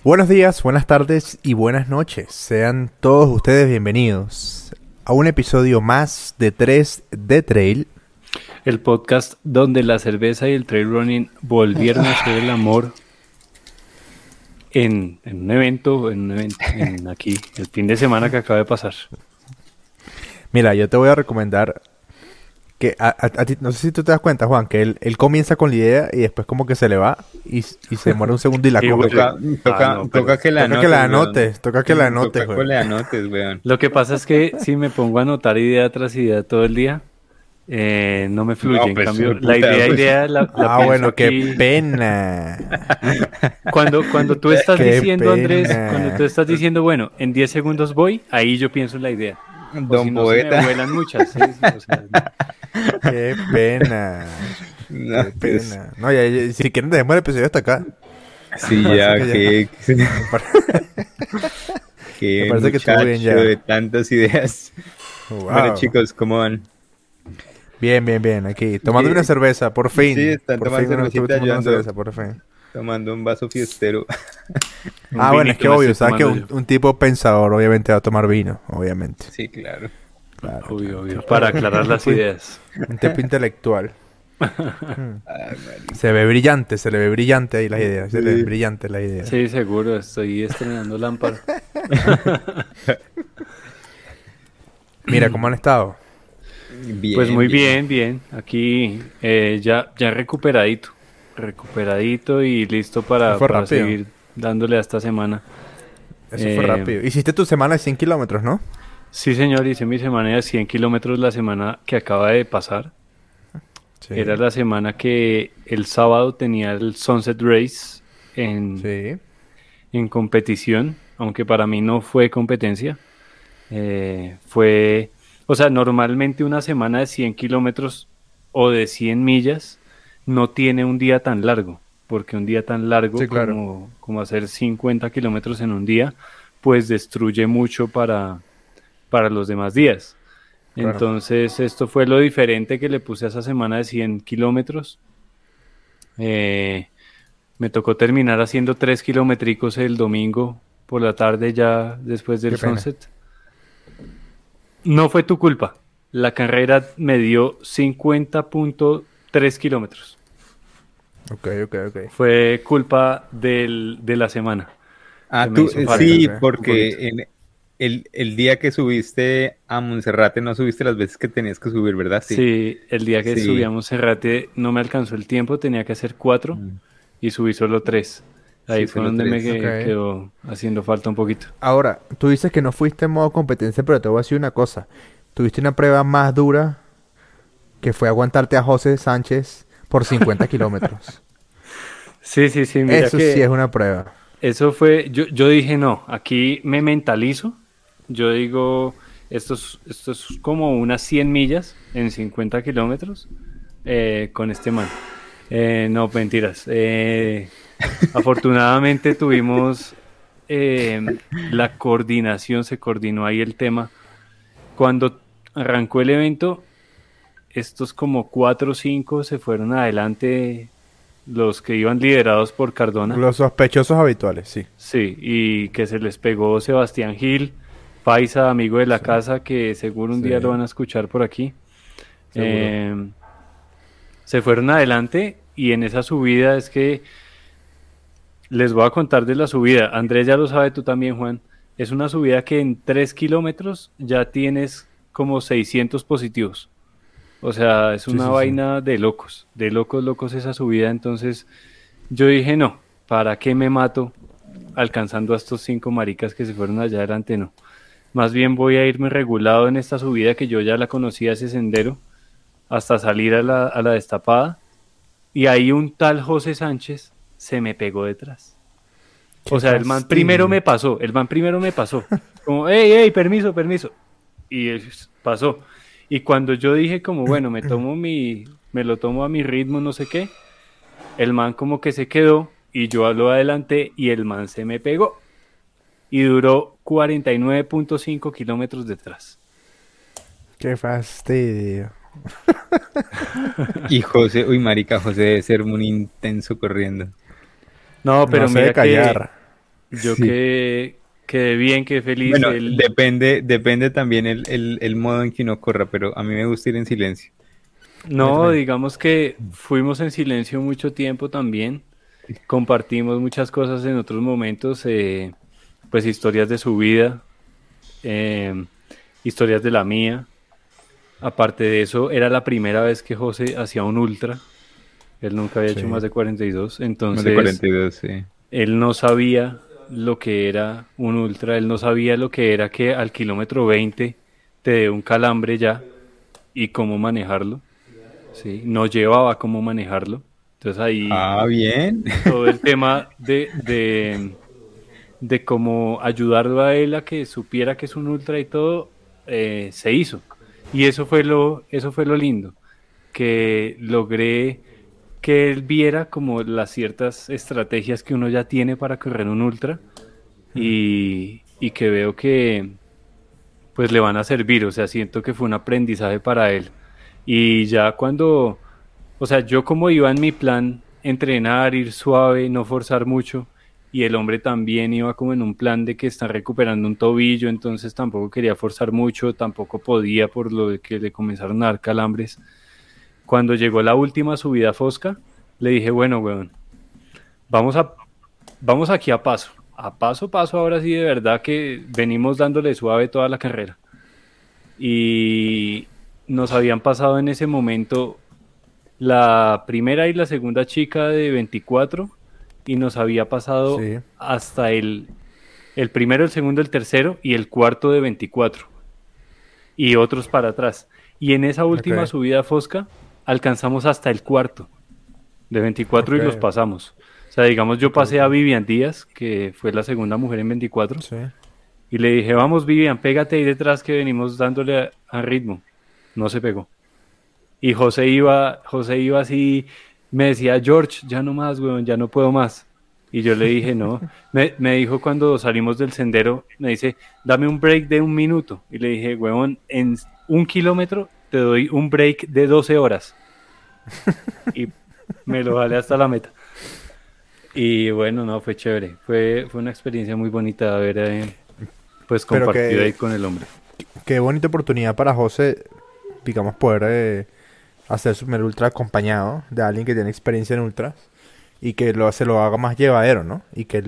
Buenos días, buenas tardes y buenas noches. Sean todos ustedes bienvenidos a un episodio más de 3 de Trail. El podcast donde la cerveza y el trail running volvieron a ser el amor en un evento, aquí, el fin de semana que acaba de pasar. Mira, yo te voy a recomendar que a ti, no sé si tú te das cuenta, Juan, que él comienza con la idea y después como que se le va y se demora un segundo y la coge. Toca que la anotes. Toca que la anotes, weón. Lo que pasa es que si me pongo a anotar idea tras idea todo el día, no me fluye. En cambio, la idea la pienso bueno, aquí. qué pena. Cuando tú estás Qué diciendo, pena. Andrés, cuando tú estás diciendo, bueno, en 10 segundos voy, ahí yo pienso en la idea. Don si no, Poeta. se me vuelan muchas. ¿Sí? O sea, Qué pena. No, Qué pues, pena. No, ya, si quieren dejemos el episodio hasta acá. sí, ya que Me parece que estuvo bien ya. de tantas ideas. Wow. Bueno, chicos, ¿cómo van? Bien, aquí. Tomando Bien. una cerveza, por fin. Sí, están por tomando fin, cervecita, estuve tomando yo una ando- cerveza, por fin. Tomando un vaso fiestero. un Bueno, es vinito que me obvio, estoy sabes que tomando un tipo pensador obviamente va a tomar vino, obviamente. Sí, claro. Claro, yo. claro. Obvio, para aclarar las ideas. Un tipo intelectual. Ay, marica. Se le ve brillante ahí las ideas, se le ve brillante las ideas. Sí, seguro, estoy estrenando lámpara. Mira, ¿cómo han estado? Bien, Pues muy bien. Aquí ya recuperadito y listo para Fue rápido. seguir dándole a esta semana. Eso fue rápido. Hiciste tu semana de 100 kilómetros, ¿no? Sí, señor, hice mi semana de 100 kilómetros la semana que acaba de pasar. Sí. Era la semana que el sábado tenía el Sunset Race Sí. en competición, aunque para mí no fue competencia. Fue, o sea, normalmente una semana de 100 kilómetros o de 100 millas no tiene un día tan largo, porque un día tan largo Sí, claro. como hacer 50 kilómetros en un día, pues destruye mucho para los demás días. Claro. Entonces, esto fue lo diferente que le puse a esa semana de 100 kilómetros. Me tocó terminar haciendo 3 kilométricos el domingo por la tarde ya después del Qué pena. sunset. No fue tu culpa. La carrera me dio 50.3 kilómetros. Ok. Fue culpa de la semana. Ah, Se me tú, hizo falta, sí, ok, un porque el día que subiste a Monserrate no subiste las veces que tenías que subir, ¿verdad? Sí, el día que Sí. subí a Monserrate no me alcanzó el tiempo, tenía que hacer 4 Mm. y subí solo 3. Ahí Sí, fue solo donde me 3. Ok. quedó haciendo falta un poquito. Ahora, tú dices que no fuiste en modo competencia, pero te voy a decir una cosa. Tuviste una prueba más dura que fue aguantarte a José Sánchez por 50 kilómetros. Sí, mira Eso que sí es una prueba. eso fue, yo dije no, aquí me mentalizo, yo digo, esto es como unas 100 millas en 50 kilómetros con este man. No, mentiras. Afortunadamente tuvimos la coordinación, se coordinó ahí el tema. Cuando arrancó el evento, estos como 4 o 5 se fueron adelante, los que iban liderados por Cardona. Los sospechosos habituales, sí. Sí, y que se les pegó Sebastián Gil, paisa, amigo de la casa, que seguro un día Sí. lo van a escuchar por aquí. Seguro. Se fueron adelante y en esa subida es que les voy a contar de la subida. Andrés ya lo sabe, tú también, Juan. Es una subida que en 3 kilómetros ya tienes como 600 positivos. O sea, es una Sí. vaina de locos esa subida. Entonces yo dije, no, ¿para qué me mato alcanzando a estos 5 maricas que se fueron allá adelante? No. Más bien voy a irme regulado en esta subida que yo ya la conocía, ese sendero, hasta salir a la destapada. Y ahí un tal José Sánchez se me pegó detrás. O sea, el man primero me pasó. Como, hey, permiso. Y él pasó. Y cuando yo dije como, bueno, me lo tomo a mi ritmo, no sé qué, el man como que se quedó y yo lo adelanté y el man se me pegó. Y duró 49.5 kilómetros detrás. Qué fastidio. Y José, marica, José debe ser muy intenso corriendo. No, pero No se mira debe callar. Yo Sí. quedé bien, quedé feliz. Bueno, Él, depende también el modo en que uno corra, pero a mí me gusta ir en silencio. A mí no, también. digamos que fuimos en silencio mucho tiempo también. Compartimos muchas cosas en otros momentos, pues historias de su vida, eh, historias de la mía. Aparte de eso, era la primera vez que José hacía un ultra. Él nunca había hecho Sí. más de 42, Más de entonces 42, sí. él no sabía lo que era un ultra, él no sabía lo que era que al kilómetro 20 te dé un calambre ya y cómo manejarlo, ¿sí? No llevaba cómo manejarlo. Entonces ahí Ah, bien. todo el tema de cómo ayudarlo a él a que supiera que es un ultra y todo, se hizo. Y eso fue lo lindo, que logré que él viera como las ciertas estrategias que uno ya tiene para correr un ultra y que veo que pues le van a servir, o sea, siento que fue un aprendizaje para él. Y ya cuando, o sea, yo como iba en mi plan, entrenar, ir suave, no forzar mucho, y el hombre también iba como en un plan de que está recuperando un tobillo, entonces tampoco quería forzar mucho, tampoco podía por lo de que le comenzaron a dar calambres. Cuando llegó la última subida a Fosca, le dije, bueno, weón, vamos a, vamos aquí a paso, ahora sí de verdad que venimos dándole suave toda la carrera. Y nos habían pasado en ese momento la primera y la segunda chica de 24 y nos había pasado Sí. hasta el primero, el segundo, el tercero y el cuarto de 24 y otros para atrás. Y en esa última Ok. subida a Fosca alcanzamos hasta el cuarto de 24 Ok. y los pasamos. O sea, digamos, yo Ok, pasé a ok. Vivian Díaz, que fue la segunda mujer en 24, Sí. y le dije, vamos Vivian, pégate ahí detrás que venimos dándole a ritmo. No se pegó. Y José iba así, me decía, George, ya no más, weón, ya no puedo más. Y yo le dije, no. Me dijo cuando salimos del sendero, me dice, dame un break de 1 minuto. Y le dije, weón, en 1 kilómetro te doy un break de 12 horas. Y me lo jalé hasta la meta. Y bueno, no, fue chévere. Fue una experiencia muy bonita de haber pues Pero compartido ahí con el hombre. qué bonita oportunidad para José, digamos, poder hacer su primer ultra acompañado de alguien que tiene experiencia en ultras y que se lo haga más llevadero, ¿no? Y que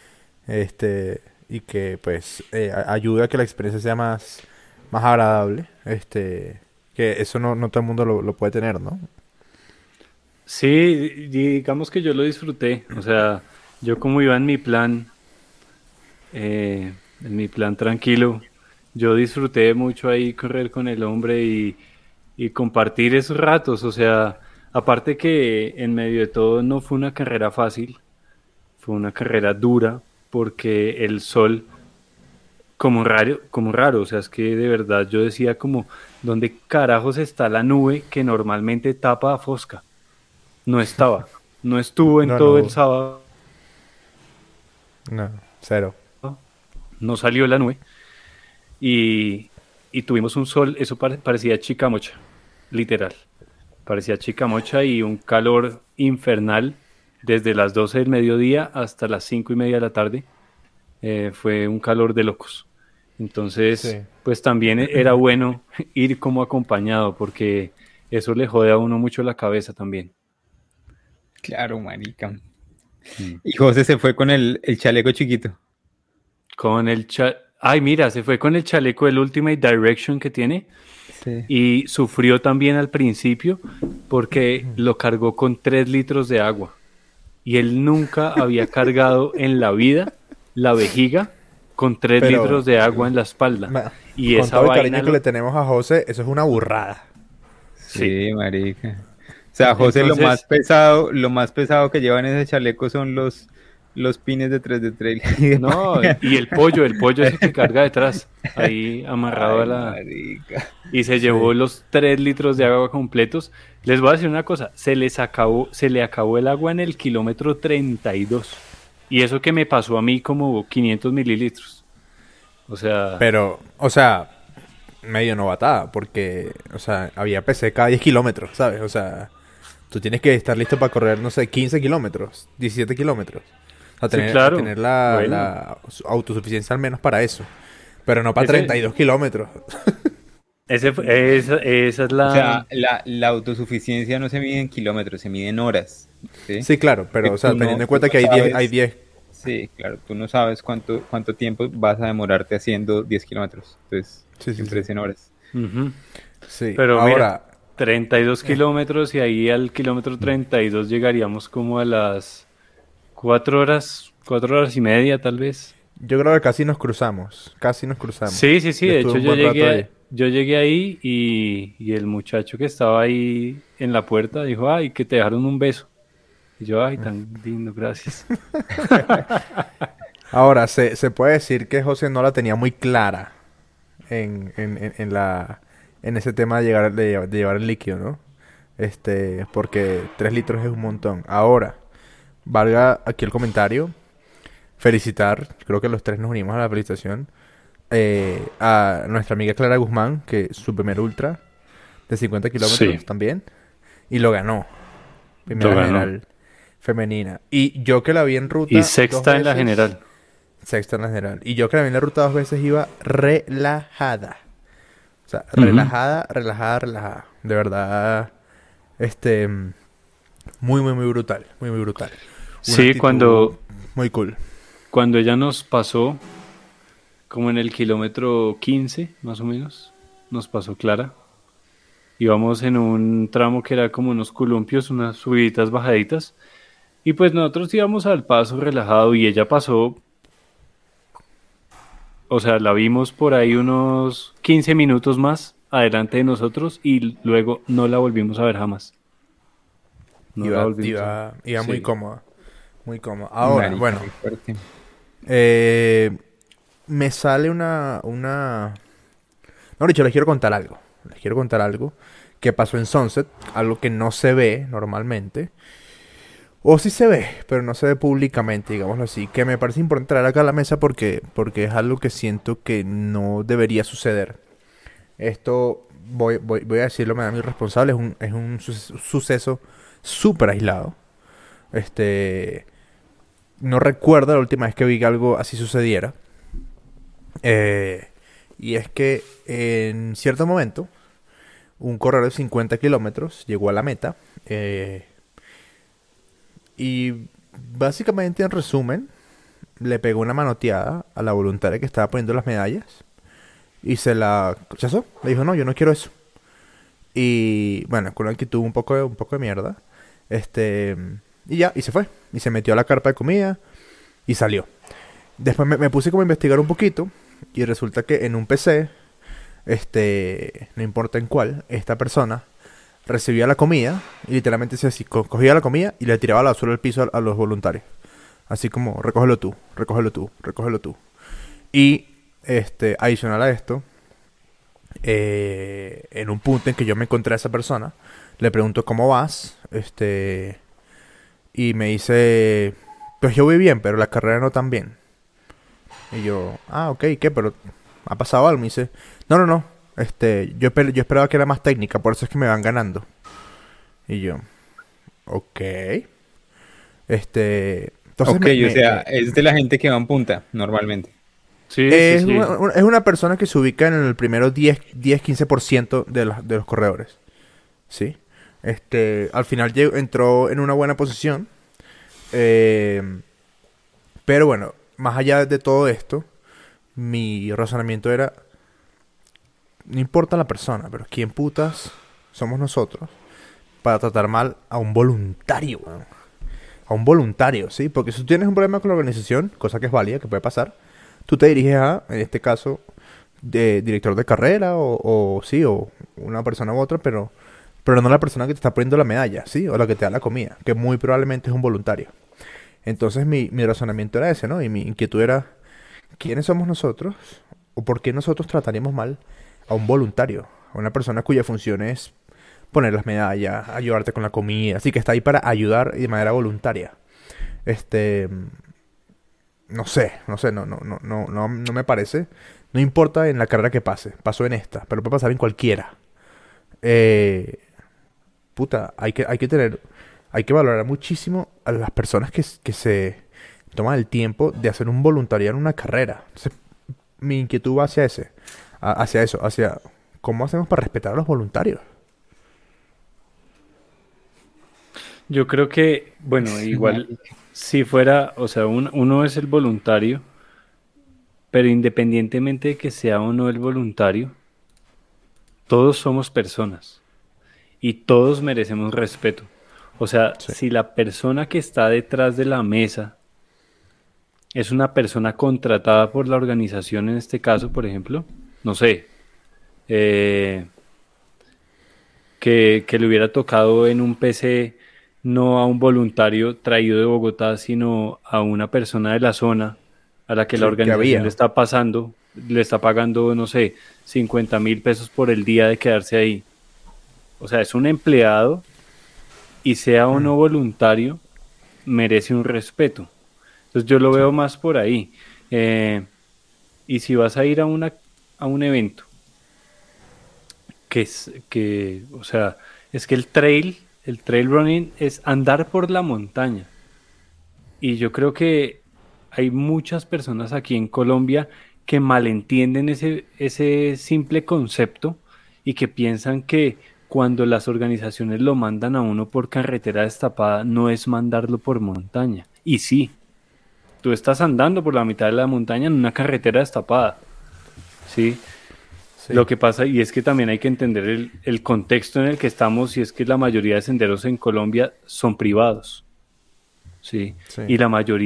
y que pues ayude a que la experiencia sea más agradable, que eso no todo el mundo lo puede tener, ¿no? Sí, digamos que yo lo disfruté. O sea, yo como iba en mi plan tranquilo, yo disfruté mucho ahí correr con el hombre y compartir esos ratos. O sea, aparte que en medio de todo no fue una carrera fácil, fue una carrera dura porque el sol como raro, o sea, es que de verdad yo decía como, ¿dónde carajos está la nube que normalmente tapa a Fosca? No estaba, no estuvo en No, todo el no, sábado, no, cero. no salió la nube y, y tuvimos un sol, eso parecía chicamocha, literal, parecía chicamocha y un calor infernal desde las 12 del mediodía hasta las 5:30 de la tarde, fue un calor de locos. Entonces, Sí. pues también era bueno ir como acompañado porque eso le jode a uno mucho la cabeza también. Claro, marica. Mm. Y José se fue con el chaleco chiquito. Con el Ay, mira, se fue con el chaleco del Ultimate Direction que tiene Sí. y sufrió también al principio porque lo cargó con 3 litros de agua y él nunca había cargado en la vida la vejiga con 3 litros Pero de agua en la espalda. ma- Y con esa todo el vaina cariño que le tenemos a José, eso es una burrada. sí. Sí, marica. O sea, José, Entonces, lo más pesado que lleva en ese chaleco son los pines de 3 de trail. no, y el pollo ese que carga detrás, ahí amarrado a Ay, la... marica. Y se Sí. llevó los 3 litros de agua completos. Les voy a decir una cosa, se le acabó el agua en el kilómetro 32. Y eso que me pasó a mí como 500 mililitros. O sea, Pero, o sea, medio novatada, porque, o sea, había PC cada 10 kilómetros, ¿sabes? O sea, tú tienes que estar listo para correr, no sé, 15 kilómetros, 17 kilómetros. A Sí, tener, a claro. tener la, Bueno, la autosuficiencia al menos para eso. Pero no para ese, 32 kilómetros. esa es O la... sea, la autosuficiencia no se mide en kilómetros, se mide en horas, ¿sí? Sí, claro, pero Que o sea, teniendo en tú cuenta no que hay sabes, 10. sí, claro, tú no sabes cuánto tiempo vas a demorarte haciendo 10 kilómetros. Entonces, Sí, sí, siempre sí. es en horas. Ujú. Sí, Pero mira, ahora, 32 eh, kilómetros y ahí al kilómetro 32 llegaríamos como a las 4 horas y media tal vez. yo creo que casi nos cruzamos. Casi nos cruzamos. Sí, sí, sí, Yo de estuve hecho un buen rato ahí. yo llegué ahí y el muchacho que estaba ahí en la puerta dijo, ay, que te dejaron un beso. Y yo, ay, tan lindo, gracias. Ahora, se puede decir que José no la tenía muy clara en ese tema de llevar el líquido, ¿no? Porque 3 litros es un montón. Ahora, valga aquí el comentario, felicitar, creo que los tres nos unimos a la felicitación, a nuestra amiga Clara Guzmán, que su primer ultra de 50 Sí, kilómetros también, y lo ganó, lo primera ganó. general femenina. Y yo que la vi en Y ruta dos sexta en la veces, general. sexta en la general, y yo que la vi en la ruta dos veces iba relajada. O sea, Ujú. relajada, relajada, relajada. De verdad, este, muy, muy, muy brutal, muy, muy brutal. Una Sí, actitud muy cool. cuando ella nos pasó, como en el kilómetro 15, más o menos, nos pasó Clara. Íbamos en un tramo que era como unos columpios, unas subiditas, bajaditas. Y pues nosotros íbamos al paso relajado y ella pasó, o sea, la vimos por ahí unos 15 minutos más adelante de nosotros y luego no la volvimos a ver jamás. No la volvimos a ver. Iba muy Sí. cómoda, muy cómoda. Ahora, Marica, bueno, muy fuerte. eh, me sale una... No, dicho, les quiero contar algo. Les quiero contar algo que pasó en Sunset, algo que no se ve normalmente. O sí se ve, pero no se ve públicamente, digámoslo así. Que me parece importante traer acá a la mesa porque es algo que siento que no debería suceder. Esto, voy a decirlo, me da mi responsable, es un suceso súper aislado. Este, no recuerdo la última vez que vi que algo así sucediera. Eh, y es que en cierto momento, un corredor de 50 kilómetros llegó a la meta. Y básicamente, en resumen, le pegó una manoteada a la voluntaria que estaba poniendo las medallas. Y se la rechazó. Le dijo, no, yo no quiero eso. Y bueno, con una actitud un poco de mierda. Este. Y ya, y se fue. Y se metió a la carpa de comida y salió. Después me puse como a investigar un poquito. Y resulta que en un PC, no importa en cuál, esta persona recibía la comida y literalmente hacía así, cogía la comida y le tiraba la basura al piso a los voluntarios. Así como, recógelo tú, recógelo tú, recógelo tú. Y, adicional a esto, en un punto en que yo me encontré a esa persona, le pregunto cómo vas, y me dice, pues yo voy bien, pero la carrera no tan bien. Y yo, ah, ok, ¿qué? Pero ha pasado algo. Me dice, no, no, no, yo esperaba que era más técnica, por eso es que me van ganando. Y yo, ok. Entonces Ok, o sea, es de la gente que va en punta, normalmente. Sí, sí, sí. es una persona que se ubica en el primero 10-15% de los corredores. ¿Sí? Al final entró en una buena posición. eh, pero bueno, más allá de todo esto, mi razonamiento era, no importa la persona, pero ¿quién putas somos nosotros para tratar mal a un voluntario, weón? A un voluntario, ¿sí? Porque si tú tienes un problema con la organización, cosa que es válida, que puede pasar, tú te diriges a, en este caso, de director de carrera o sí, o una persona u otra, pero no la persona que te está poniendo la medalla, ¿sí? O la que te da la comida, que muy probablemente es un voluntario. Entonces mi razonamiento era ese, ¿no? Y mi inquietud era, ¿quiénes somos nosotros? ¿O por qué nosotros trataríamos mal a un voluntario? A una persona cuya función es poner las medallas, ayudarte con la comida, así que está ahí para ayudar y de manera voluntaria. Este, no sé, no me parece. No importa en la carrera que pase, pasó en esta, pero puede pasar en cualquiera. Eh, puta, hay que valorar muchísimo a las personas que se toman el tiempo de hacer un voluntariado en una carrera. Entonces, mi inquietud va hacia eso, hacia cómo hacemos para respetar a los voluntarios. Yo creo que, bueno, igual si fuera, o sea, uno es el voluntario, pero independientemente de que sea o no el voluntario, todos somos personas y todos merecemos respeto. O sea, Sí. si la persona que está detrás de la mesa es una persona contratada por la organización, en este caso, por ejemplo, no sé, eh, que le hubiera tocado en un PC no a un voluntario traído de Bogotá, sino a una persona de la zona a la que la Sí, que organización había. le está pagando, no sé, 50.000 pesos por el día de quedarse ahí. O sea, es un empleado y sea o no voluntario, merece un respeto. Entonces yo lo veo más por ahí. Y si vas a ir a un evento o sea, es que el trail running es andar por la montaña. Y yo creo que hay muchas personas aquí en Colombia que malentienden ese simple concepto y que piensan que cuando las organizaciones lo mandan a uno por carretera destapada, no es mandarlo por montaña. Y sí, tú estás andando por la mitad de la montaña en una carretera destapada. Sí, Sí. lo que pasa, y es que también hay que entender el contexto en el que estamos, y es que la mayoría de senderos en Colombia son privados, ¿sí? Sí. Y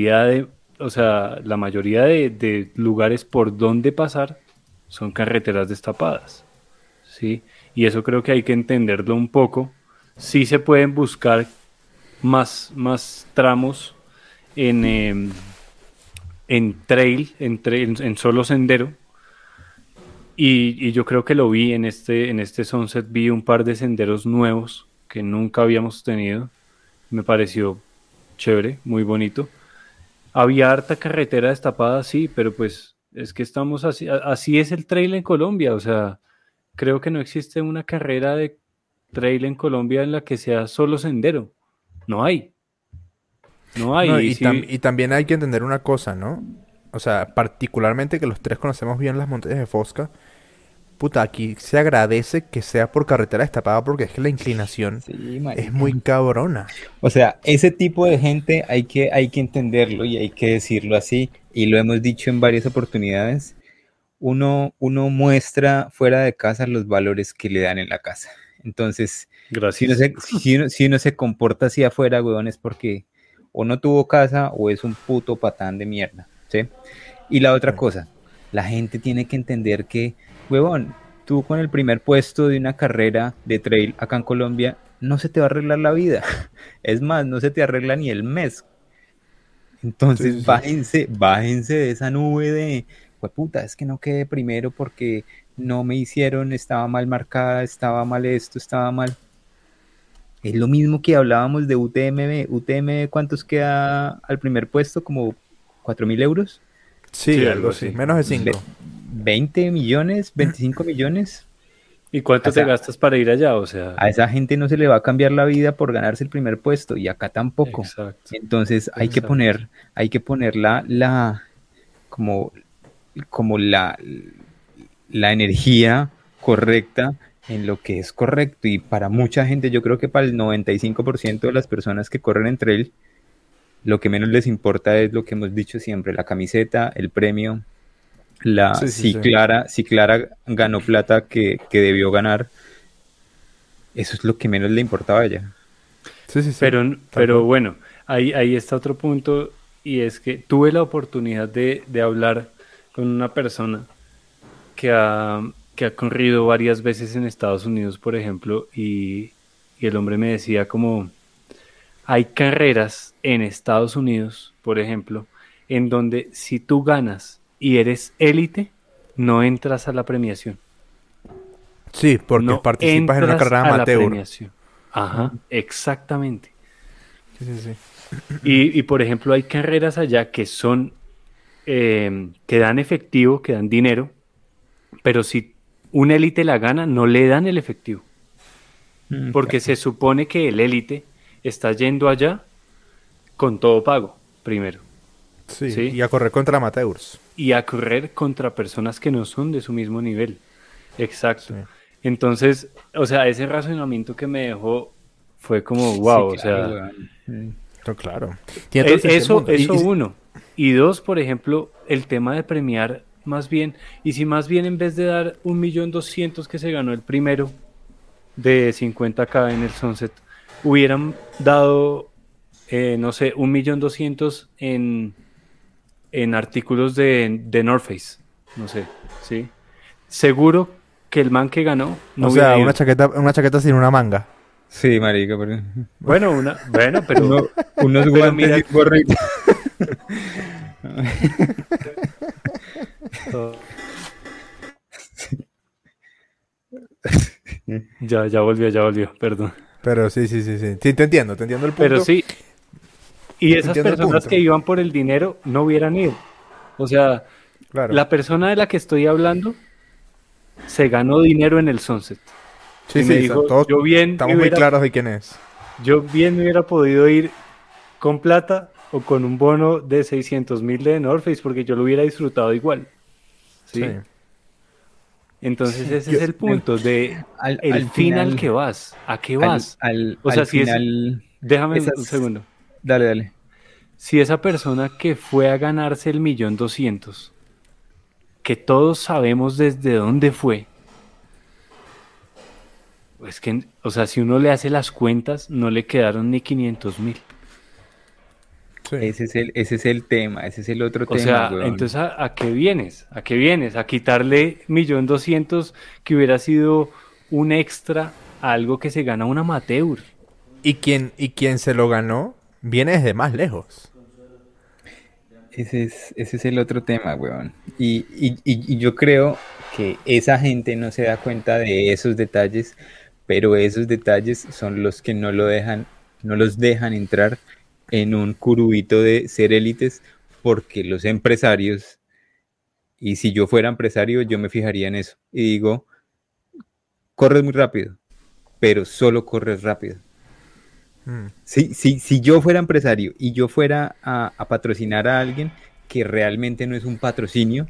la mayoría de lugares por donde pasar son carreteras destapadas, ¿sí? Y eso creo que hay que entenderlo un poco. Sí se pueden buscar más tramos en, en trail, en solo sendero. Y yo creo que lo vi en este Sunset, vi un par de senderos nuevos que nunca habíamos tenido. Me pareció chévere, muy bonito. Había harta carretera destapada, sí, pero pues es que estamos así es el trail en Colombia. O sea, creo que no existe una carrera de trail en Colombia en la que sea solo sendero. No hay, no hay. No, Y si, y también hay que entender una cosa, ¿no? O sea, particularmente que los tres conocemos bien las montañas de Fosca. Puta, aquí se agradece que sea por carretera destapada porque es que la inclinación Sí, es marica. muy cabrona. O sea, ese tipo de gente hay que entenderlo y hay que decirlo así, y lo hemos dicho en varias oportunidades. Uno muestra fuera de casa los valores que le dan en la casa. Entonces, gracias. si uno se comporta así afuera, huevón, es porque o no tuvo casa o es un puto patán de mierda, ¿sí? Y la otra Sí. cosa, la gente tiene que entender que, huevón, tú con el primer puesto de una carrera de trail acá en Colombia, no se te va a arreglar la vida. Es más, no se te arregla ni el mes. Sí, sí, Entonces sí. bájense de esa nube de, puta, es que no quedé primero porque no me hicieron, estaba mal marcada, estaba mal esto, estaba mal. Es lo mismo que hablábamos de UTMB. UTMB, ¿cuántos queda al primer puesto? Como 4.000 euros. Sí, Sí, algo algo así. así. Menos de Ve- 5. 20 millones, 25 millones. ¿Y O cuánto te sea, gastas para ir allá? O sea, a esa gente no se le va a cambiar la vida por ganarse el primer puesto y acá tampoco. exacto, Entonces exacto. hay que poner como, como la energía correcta en lo que es correcto. Y para mucha gente, yo creo que para el 95% de las personas que corren en trail, lo que menos les importa es lo que hemos dicho siempre, la camiseta, el premio, Sí, sí, sí. si Clara ganó plata que debió ganar, eso es lo que menos le importaba a ella. Sí, sí, sí. Tal Pero cual. bueno, ahí está otro punto, y es que tuve la oportunidad de hablar con una persona que ha corrido varias veces en Estados Unidos, por ejemplo, y el hombre me decía como, hay carreras en Estados Unidos, por ejemplo, en donde si tú ganas y eres élite, no entras a la premiación. Sí, porque No participas en una entras carrera a la amateur. premiación. Ajá, exactamente. Sí, sí, sí. Y por ejemplo, hay carreras allá que son, que dan efectivo, que dan dinero, pero si un élite la gana, no le dan el efectivo, porque se supone que el élite está yendo allá con todo pago, primero. Sí, ¿sí? y a correr contra amateurs. Y a correr contra personas que no son de su mismo nivel. Exacto. Sí. Entonces, o sea, ese razonamiento que me dejó fue como, wow, Sí, o claro, sea, weón. No, claro. Tiene todo el sentido del eso, mundo. eso uno. Y dos, por ejemplo, el tema de premiar más bien, y si más bien en vez de dar 1.200.000 que se ganó el primero de 50K en el Sunset, hubieran dado, no sé, 1.200.000 en artículos de North Face, no sé, ¿sí? Seguro que el man que ganó no O hubiera sea, ido. una chaqueta sin una manga. Sí, marica, Bueno, pero, unos pero guantes mira, y un gorrito. ya volvió, perdón. Pero sí. Sí, te entiendo el punto. Pero sí, y esas Entiendo el personas punto. que iban por el dinero no hubieran ido. O sea, Claro. la persona de la que estoy hablando se ganó dinero en el Sunset. Sí, Y me sí, dijo, todos estamos muy claros de quién es. yo bien me hubiera podido ir con plata o con un bono de 600.000 de North Face porque yo lo hubiera disfrutado igual. ¿Sí? Sí. Entonces ese Yo- es el punto de el Al fin al final, que vas. ¿A qué vas? O sea, al si es... final, Déjame un esas... segundo. Dale. Si esa persona que fue a ganarse el 1.200.000, que todos sabemos desde dónde fue, es que, o sea, si uno le hace las cuentas, no le quedaron ni 500.000. Sí. Ese es el tema, ese es el otro O tema, sea, weón. entonces ¿a qué vienes? ¿A qué vienes? A quitarle 1.200.000 que hubiera sido un extra a algo que se gana un amateur. Y quien se lo ganó viene desde más lejos. Ese es el otro tema, weón. Y yo creo que esa gente no se da cuenta de esos detalles, pero esos detalles son los que no los dejan entrar en un curubito de ser élites, porque los empresarios, y si yo fuera empresario, yo me fijaría en eso. Y digo, corres muy rápido, pero solo corres rápido. Mm. Si yo fuera empresario y yo fuera a patrocinar a alguien que realmente no es un patrocinio,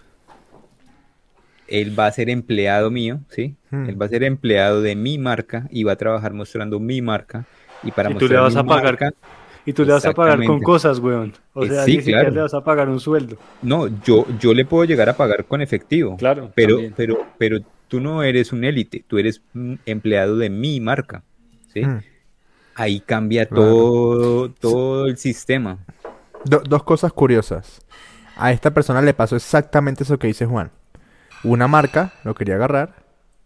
él va a ser empleado mío, ¿sí? Mm. Él va a ser empleado de mi marca y va a trabajar mostrando mi marca. Y para Y tú le mostrar vas mi a pagar, marca, y tú le vas a pagar con exactamente. cosas, weón. O sea, Sí, ni siquiera le claro. vas a pagar un sueldo. No, yo le puedo llegar a pagar con efectivo, Claro, pero, también. pero tú no eres un élite, tú eres un empleado de mi marca, ¿sí? Mm. Ahí cambia Claro. todo el sistema. Dos cosas curiosas. A esta persona le pasó exactamente eso que dice Juan. Una marca lo quería agarrar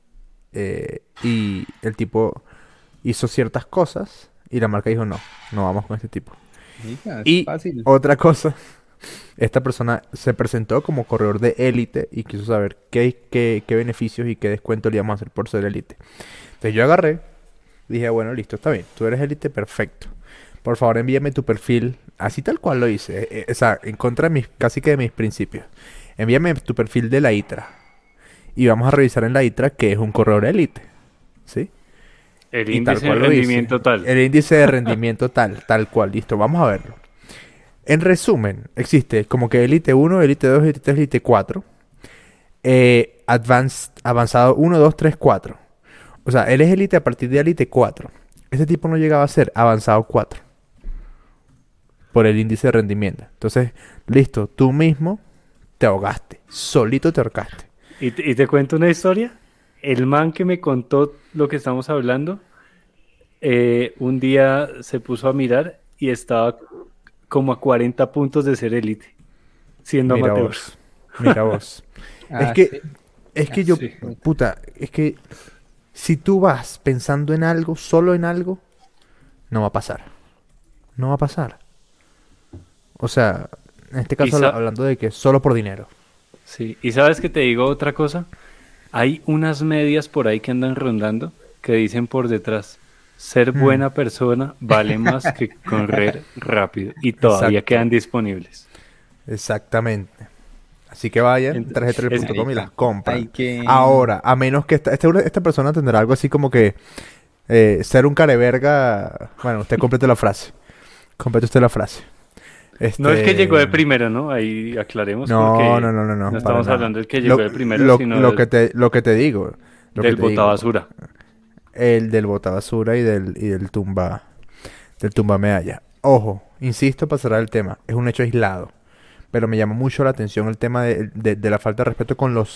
y el tipo hizo ciertas cosas y la marca dijo no vamos con este tipo. Mira, es Y fácil. otra cosa, esta persona se presentó como corredor de élite y quiso saber qué beneficios y qué descuento le íbamos a hacer por ser élite. Entonces yo agarré, dije, bueno, listo, está bien, tú eres élite, perfecto. Por favor, envíame tu perfil, así tal cual lo hice, o sea, en contra de casi que de mis principios. Envíame tu perfil de la ITRA y vamos a revisar en la ITRA que es un corredor élite, ¿sí? El Y tal índice de cual lo hice. rendimiento tal. El índice de rendimiento tal cual, listo, vamos a verlo. En resumen, existe como que Elite 1, Elite 2, Elite 3, Elite 4. Avanzado 1, 2, 3, 4. O sea, él es Elite a partir de Elite 4. Ese tipo no llegaba a ser avanzado 4. Por el índice de rendimiento. Entonces, listo, tú mismo te ahogaste. Solito te ahorcaste. Y te cuento una historia. El man que me contó lo que estamos hablando, un día se puso a mirar y estaba como a 40 puntos de ser élite, siendo Mira amateur. vos. Mira vos. Ah, es sí. que yo, Sí. puta, es que si tú vas pensando en algo, solo en algo, no va a pasar. No va a pasar. O sea, en este caso hablando de que solo por dinero. Sí, y sabes que te digo otra cosa, hay unas medias por ahí que andan rondando que dicen por detrás, ser buena persona vale más que correr rápido y todavía Exacto. quedan disponibles. Exactamente. Así que vayan, Ent- tarjeta.com y las compran. Hay que... Ahora, a menos que esta persona tendrá algo así como que ser un careverga. Bueno, usted complete la frase. Complete usted la frase. No el que Este, llegó de primero, ¿no? Ahí aclaremos porque no, no para estamos nada. hablando del que llegó de primero, Lo, sino lo que te digo, lo que del te digo, botabasura. el del botabasura y del tumba medalla. Ojo, insisto para cerrar el tema, es un hecho aislado, pero me llama mucho la atención el tema de la falta de respeto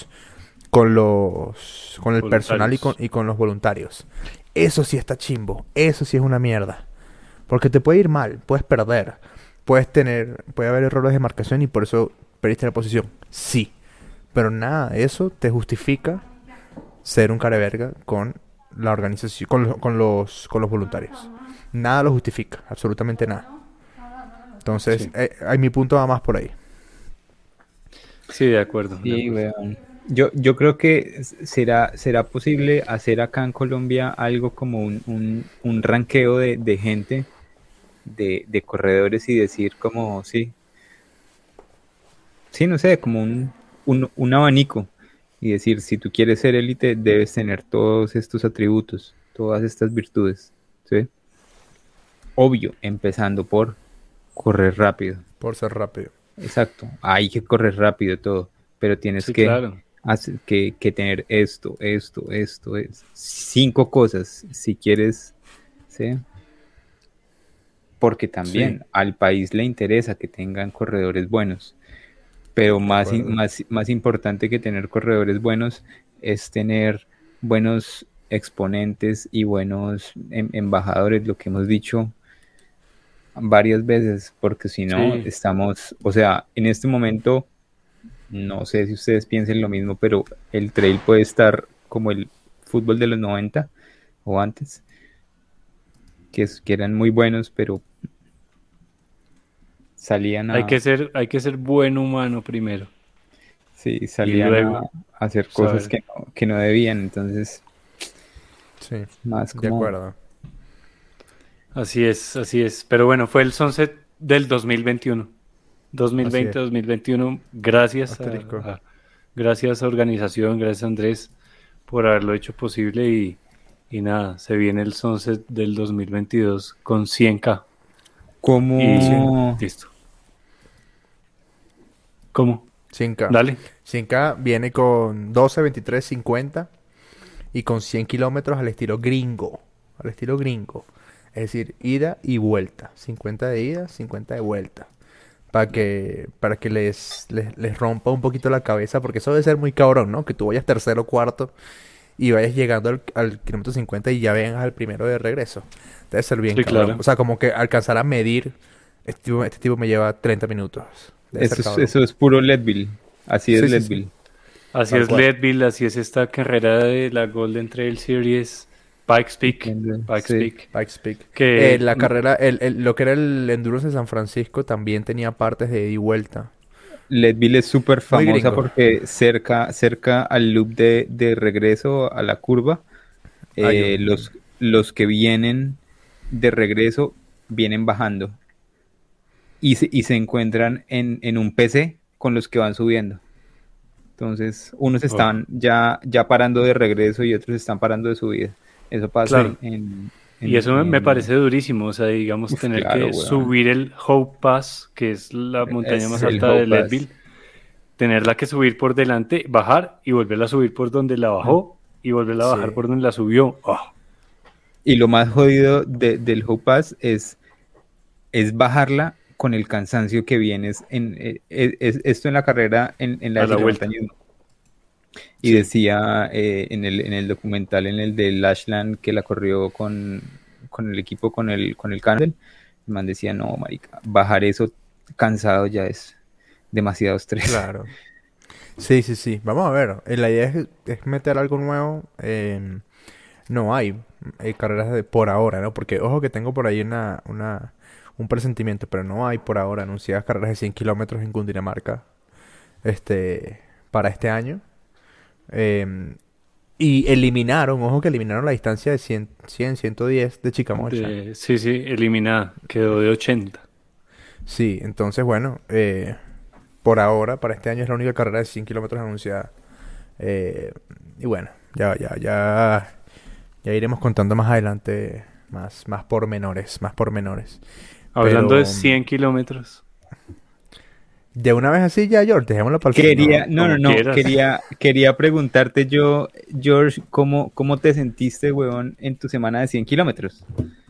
con el personal Voluntarios. y con los voluntarios. Eso sí está chimbo, eso sí es una mierda. Porque te puede ir mal, puedes perder, puede haber errores de marcación y por eso perdiste la posición. Sí, pero nada, eso te justifica ser un careverga con la organización, con los voluntarios. Nada lo justifica, absolutamente nada. Entonces, Sí, mi punto va más por ahí. sí, de acuerdo. de Sí, acuerdo. weón. Yo creo que será posible hacer acá en Colombia algo como un ranqueo de gente, de corredores y decir como, sí, no sé, como un abanico y decir, si tú quieres ser élite, debes tener todos estos atributos, todas estas virtudes, ¿sí? Obvio, empezando por correr rápido. Por ser rápido. Exacto, hay que correr rápido todo, pero tienes Sí, claro. que tener esto, es 5 cosas si quieres, ¿sí? Porque también Sí, al país le interesa que tengan corredores buenos, pero de acuerdo. más importante que tener corredores buenos es tener buenos exponentes y buenos embajadores, lo que hemos dicho varias veces, porque si no, Sí, estamos, o sea, en este momento, no sé si ustedes piensen lo mismo, pero el trail puede estar como el fútbol de los 90 o antes, que eran muy buenos, pero salían a, hay que ser buen humano primero sí, y salían a luego hacer cosas saber. que no debían, entonces, Sí, más de como, acuerdo. Así es, así es. Pero bueno, fue el Sunset del 2021. Así es. 2020-2021. Gracias Asterisco. gracias a organización, gracias Andrés por haberlo hecho posible y nada, se viene el Sunset del 2022 con 100K y 100, como, listo. ¿Cómo? 100K. Dale. 100K viene con 12, 23, 50 y con 100 kilómetros al estilo gringo. Al estilo gringo. Es decir, ida y vuelta. 50 de ida, 50 de vuelta. Para que les rompa un poquito la cabeza, porque eso debe ser muy cabrón, ¿no? Que tú vayas tercero o cuarto y vayas llegando al kilómetro 50 y ya vengas al primero de regreso. Debe ser bien Sí, cabrón. claro. O sea, como que alcanzar a medir. Este tipo me lleva 30 minutos. Debe ser cabrón. eso es puro Leadville, así es Sí, sí, sí. Leadville. Así Tal es cual. Leadville, así es esta carrera de la Golden Trail Series, Pikes Peak, Pikes Sí. Peak, Pikes Peak. que La carrera, lo que era el Endurance de San Francisco también tenía partes de ida y vuelta. Leadville es súper Muy famosa gringo. porque cerca al loop de regreso a la curva, Hay eh, un... los que vienen de regreso vienen bajando y se encuentran en un PC con los que van subiendo. Entonces, unos oh, están ya parando de regreso y otros están parando de subida. Eso pasa claro, y eso me en parece durísimo, o sea, digamos, uf, tener claro, que weón. subir el Hope Pass, que es la montaña más Es el alta de Hope Leadville, Pass. tenerla que subir por delante, bajar y volverla a subir por donde la bajó y volverla a bajar Sí, por donde la subió. Oh, Y lo más jodido del Hope Pass es bajarla con el cansancio que vienes esto en la carrera en la a de la vuelta, ciclomontañismo. Y sí, decía en el documental, en el de Lashland, que la corrió con el equipo, con el Cannondale, el man decía, no, marica, bajar eso cansado ya es demasiado estrés. claro. Sí, sí, sí. Vamos a ver. La idea es meter algo nuevo. No hay carreras por ahora, ¿no? Porque, ojo que tengo por ahí un presentimiento, pero no hay por ahora anunciadas carreras de 100 kilómetros en Cundinamarca este, para este año. Em, y ojo que eliminaron la distancia de 110 de Chicamocha. sí, sí, eliminada, quedó de 80. Sí, entonces, bueno, por ahora, para este año es la única carrera de 100 kilómetros anunciada. Eh, y bueno, ya iremos contando más adelante más pormenores, más pormenores. Hablando de Pero 100 kilómetros, De una vez así ya, George, dejémoslo para el final. Quería preguntarte yo, George, ¿cómo te sentiste, huevón, en tu semana de 100 kilómetros?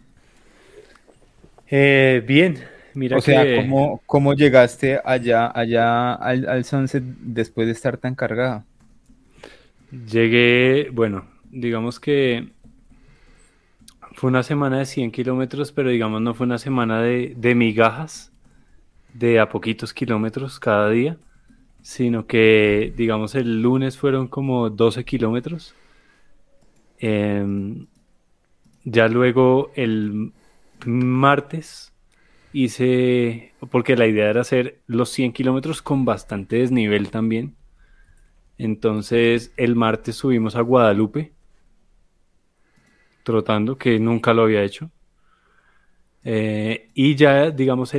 Bien, mira O sea, que ¿cómo llegaste allá al Sunset después de estar tan cargado? llegué, bueno, digamos que fue una semana de 100 kilómetros, pero digamos no fue una semana de migajas, de a poquitos kilómetros cada día, sino que, digamos, el lunes fueron como 12 kilómetros. Em, ya luego el martes porque la idea era hacer los 100 kilómetros con bastante desnivel también. Entonces el martes subimos a Guadalupe trotando, que nunca lo había hecho. Y ya, digamos,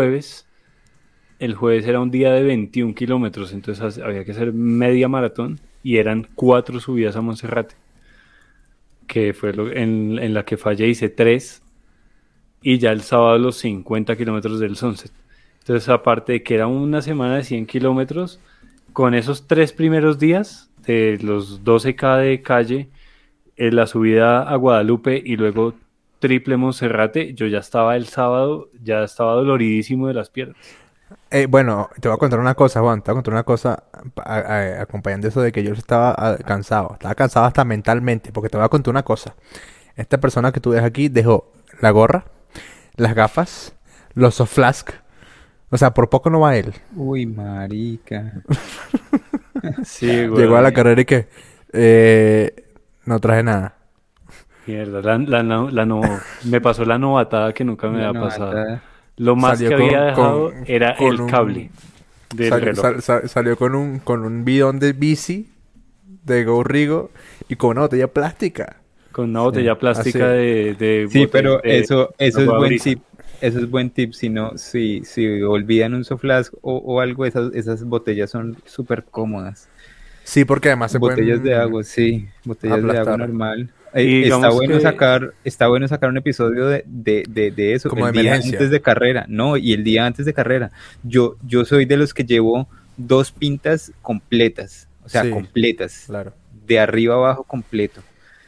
el jueves era un día de 21 kilómetros, entonces había que hacer media maratón y eran 4 subidas a Monserrate, que fue en la que fallé, hice 3 y ya el sábado los 50 kilómetros del Sunset. Entonces, aparte de que era una semana de 100 kilómetros, con esos 3 primeros días de los 12K de calle, la subida a Guadalupe y luego triple Monserrate, yo ya estaba el sábado, ya estaba doloridísimo de las piernas. Bueno, te voy a contar una cosa, Juan. Te voy a contar una cosa acompañando eso de que yo estaba cansado. Estaba cansado hasta mentalmente, porque te voy a contar una cosa. Esta persona que tú ves aquí dejó la gorra, las gafas, los soft flask. O sea, por poco no va él. Uy, marica. Sí, Llegó a la carrera y que no traje nada. Mierda, me pasó la novatada que nunca me había pasado. Lo más Salió que había dejado era con el cable del reloj. Salió con un bidón de bici de Go Rigo y con una botella plástica. Con una botella plástica de Sí, pero de eso es agua buen brisa. tip. Eso es buen tip. Si olvidan un soft flask o algo, esas botellas son súper cómodas. Sí, porque además se Botellas pueden de agua, sí, botellas de agua aplastar. normal. Y Está digamos bueno que está bueno sacar un episodio de eso, Como el de día emergencia. antes de carrera, no, y el día antes de carrera. Yo soy de los que llevo 2 pintas completas, o sea, Sí, completas, claro. de arriba abajo completo.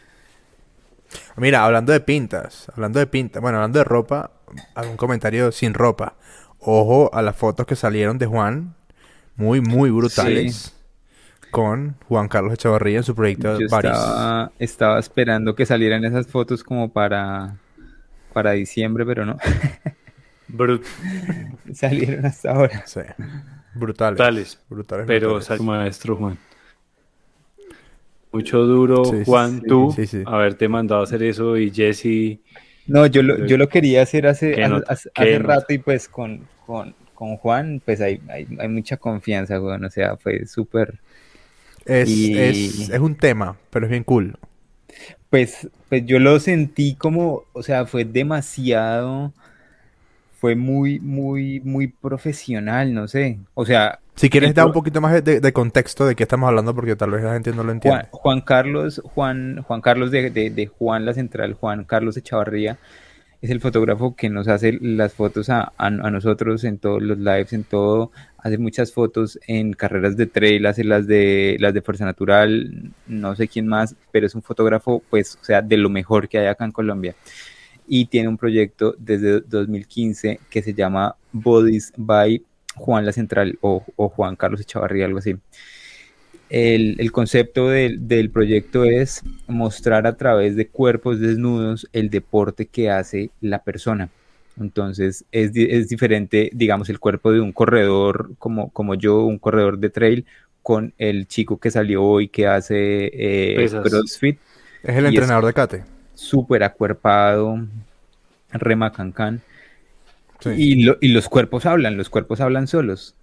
Mira, hablando de pintas, bueno, hablando de ropa, algún comentario sin ropa. Ojo a las fotos que salieron de Juan, muy, muy brutales, con Juan Carlos Echavarría en su proyecto Yo Paris. estaba esperando que salieran esas fotos como para diciembre, pero no, brutales, salieron hasta ahora. Sí, brutales, pero brutales. salió maestro Juan. Mucho duro, Sí, Juan, sí, tú, sí. haberte mandado a hacer eso y Jesse, No, yo lo quería hacer hace nota, hace nota. rato y pues con Juan pues hay mucha confianza, weón, o sea, fue súper y Es un tema, pero es bien cool. pues yo lo sentí como, o sea, fue muy profesional, no sé, o sea, Si quieres el dar un pro- poquito más de contexto de qué estamos hablando, porque tal vez la gente no lo entiende. Juan Carlos, Juan Carlos de Juan La Central, Juan Carlos Echavarría, es el fotógrafo que nos hace las fotos a nosotros en todos los lives, en todo, hace muchas fotos en carreras de trail, hace las de Fuerza Natural, no sé quién más, pero es un fotógrafo, pues, o sea, de lo mejor que hay acá en Colombia. Y tiene un proyecto desde 2015 que se llama Bodies by Juan La Central o Juan Carlos Echavarría, algo así. El concepto del proyecto es mostrar a través de cuerpos desnudos el deporte que hace la persona. Entonces es diferente, digamos, el cuerpo de un corredor como yo, un corredor de trail, con el chico que salió hoy que hace Pesas. CrossFit. Es el Y entrenador de Kate. súper acuerpado, remacancán. Sí. Y los cuerpos hablan solos.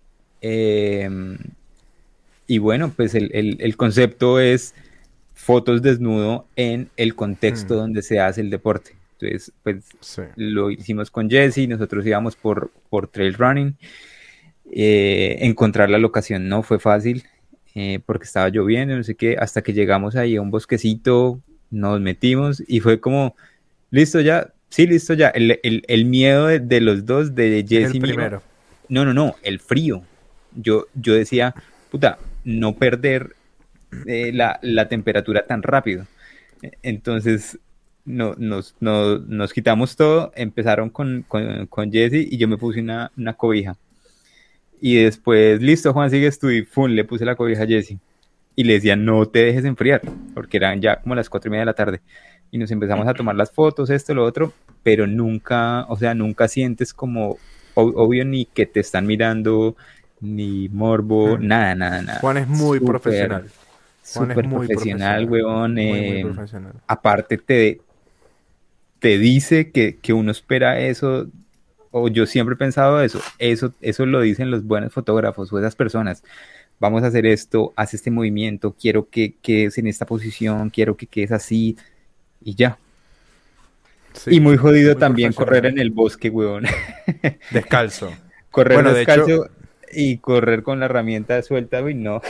Y bueno, pues el concepto es fotos desnudo en el contexto donde se hace el deporte. Entonces, pues Sí. lo hicimos con Jesse, nosotros íbamos por trail running. Encontrar la locación no fue fácil porque estaba lloviendo, no sé qué, hasta que llegamos ahí a un bosquecito, nos metimos y fue como, listo ya, sí, listo ya. El miedo de los dos, de Es Jesse el y mío, primero. No, el frío. Yo decía, puta, no perder la temperatura tan rápido. Entonces nos quitamos todo, empezaron con Jesse y yo me puse una cobija. Y después, listo, Juan, sigues tú, y ¡fum! Le puse la cobija a Jesse. Y le decía, no te dejes enfriar, porque eran ya como las 4:30 de la tarde. Y nos empezamos a tomar las fotos, esto, lo otro, pero nunca, o sea, nunca sientes como, obvio, ni que te están mirando, ni morbo, nada. Juan es muy profesional. Juan es Súper muy profesional, weón. Muy profesional. Aparte te dice que uno espera eso, o yo siempre he pensado eso lo dicen los buenos fotógrafos o esas personas. Vamos a hacer esto, haz este movimiento, quiero que quedes en esta posición, quiero que quedes así, y ya. Sí, y muy jodido muy también profesional. correr en el bosque, weón. Descalzo. Correr Bueno, de descalzo y correr con la herramienta suelta, uy, no.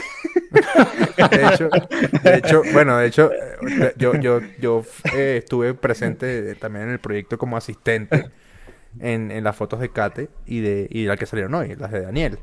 De hecho, yo estuve presente también en el proyecto como asistente en las fotos de Kate y las que salieron hoy, las de Daniel.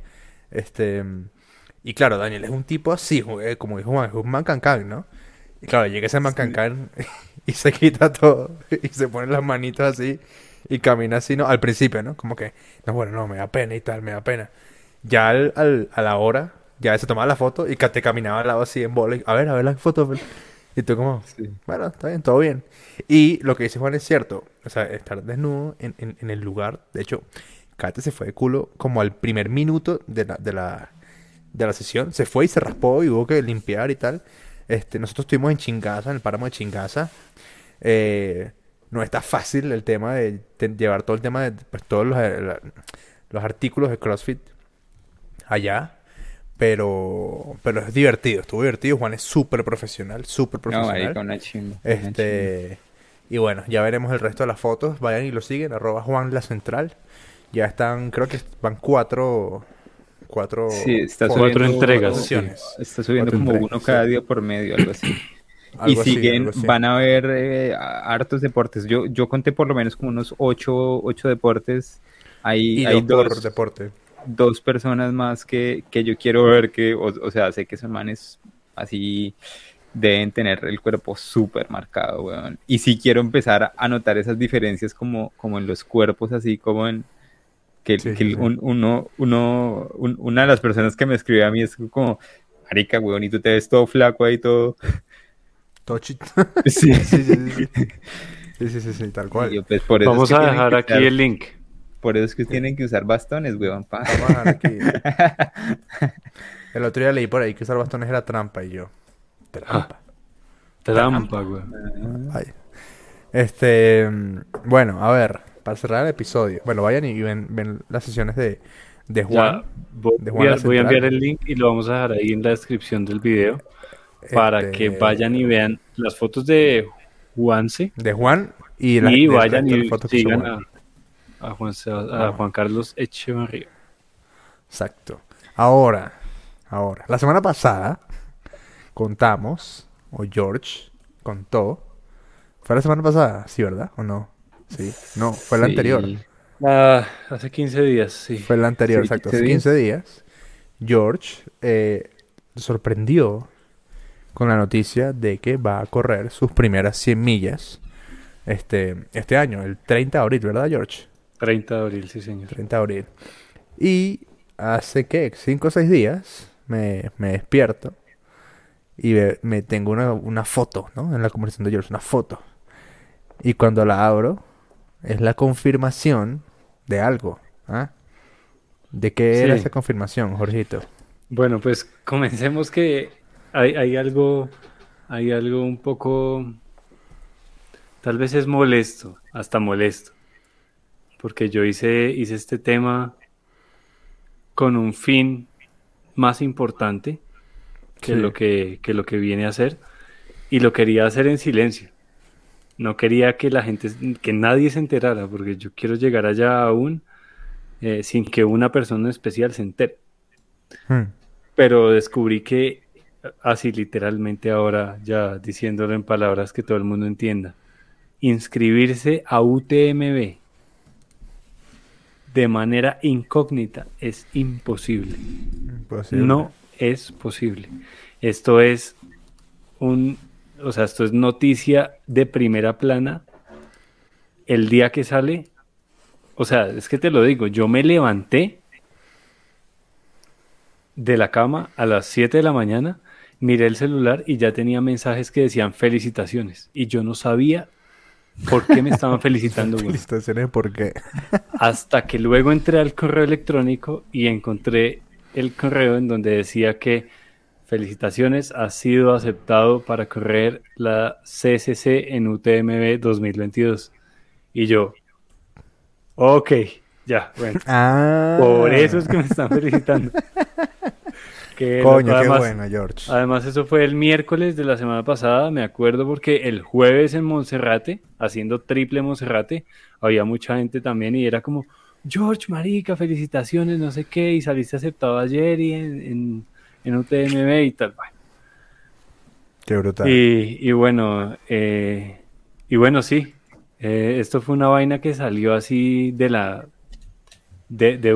Y claro, Daniel es un tipo así, como dijo Juan, es un mancancán, ¿no? Y claro, llega ese mancancán y se quita todo y se pone las manitas así y camina así, ¿no? Al principio, ¿no? Como que, no, bueno, no, me da pena y tal, me da pena. Ya a la hora, ya se tomaba la foto y te caminaba al lado así en bola. A ver la foto. Y tú como, Sí. bueno, está bien, todo bien. Y lo que dice Juan es cierto. O sea, estar desnudo en el lugar. De hecho, Kate se fue de culo como al primer minuto de la sesión. Se fue y se raspó y hubo que limpiar y tal. Nosotros estuvimos en Chingaza, en el páramo de Chingaza. No está fácil el tema de llevar todo el tema de pues, todos los artículos de CrossFit allá. Pero es divertido, estuvo divertido. Juan es súper profesional, súper No, profesional. marica, una chimba, una chimba. Y bueno, ya veremos el resto de las fotos. Vayan y lo siguen, @Juan la Central. Ya están, creo que van cuatro Sí, está fotos, Cuatro subiendo, entregas. cuatro sesiones. está subiendo Cuatro como entregas, uno cada sí. día por medio, algo así. Y Algo así, siguen, algo así. van a haber hartos deportes. Yo conté por lo menos como unos ocho Y deportes. Hay por deporte. dos personas más que yo quiero ver o sea, sé que esos manes así deben tener el cuerpo súper marcado, weón. Y sí quiero empezar a notar esas diferencias como en los cuerpos, así como en Sí, sí, sí. una de las personas que me escribió a mí es como, marica, weón, y tú te ves todo flaco ahí, todo... Touch it. Sí. Sí, tal Y cual. yo, pues por eso Vamos es que a tienen dejar que aquí usar, el link. por eso es que tienen que usar bastones, weón. Vamos a dejar aquí. El otro día leí por ahí que usar bastones era trampa y yo. Trampa. Trampa, güey. Vaya. Bueno, a ver, para cerrar el episodio. Bueno, vayan y ven las sesiones de Juan. Ya voy De a Juan la enviar, voy a Central. enviar el link y lo vamos a dejar ahí en la descripción del video para que vayan y vean las fotos de Juanse De Juan y y del vayan resto de las y fotos que hizo sigan Juan. a Juan Carlos Echevarría. Exacto. Ahora. La semana pasada contamos, o George contó. ¿Fue la semana pasada? Sí, ¿verdad? ¿O no? Sí. No, fue la Sí. anterior. Hace 15 días, sí. Fue la anterior, Sí, exacto. 15 Hace 15 días, George sorprendió con la noticia de que va a correr sus primeras 100 millas este año, el 30 de abril, ¿verdad, George? 30 de abril, sí, señor. 30 de abril. Y hace, ¿qué? 5 o 6 días me despierto y me tengo una foto, ¿no? En la conversación de George, una foto. Y cuando la abro, es la confirmación de algo. ¿Ah? ¿De qué era Sí. esa confirmación, Jorgito? Bueno, pues comencemos que hay algo un poco, tal vez es molesto, hasta molesto, porque yo hice este tema con un fin más importante que Sí. lo que viene a hacer, y lo quería hacer en silencio. No quería que que nadie se enterara, porque yo quiero llegar allá aún sin que una persona especial se entere. Hmm. Pero descubrí que, así literalmente ahora, ya diciéndolo en palabras que todo el mundo entienda, inscribirse a UTMB de manera incógnita es imposible. Imposible. No es posible. Esto es esto es noticia de primera plana el día que sale. O sea, es que te lo digo, yo me levanté de la cama a las 7 de la mañana, miré el celular y ya tenía mensajes que decían felicitaciones. Y yo no sabía por qué me estaban felicitando, güey. Felicitaciones, ¿por qué? Hasta que luego entré al correo electrónico y encontré el correo en donde decía que felicitaciones, has sido aceptado para correr la CCC en UTMB 2022. Y yo, ok, ya, bueno. Ah. Por eso es que me están felicitando. Que Coño, además, qué bueno, George. además eso fue el miércoles de la semana pasada, me acuerdo porque el jueves en Monserrate, haciendo triple Monserrate, había mucha gente también y era como, George, marica, felicitaciones, no sé qué, y saliste aceptado ayer y en UTMB y tal. Bueno. Qué brutal. Y bueno, sí, esto fue una vaina que salió así de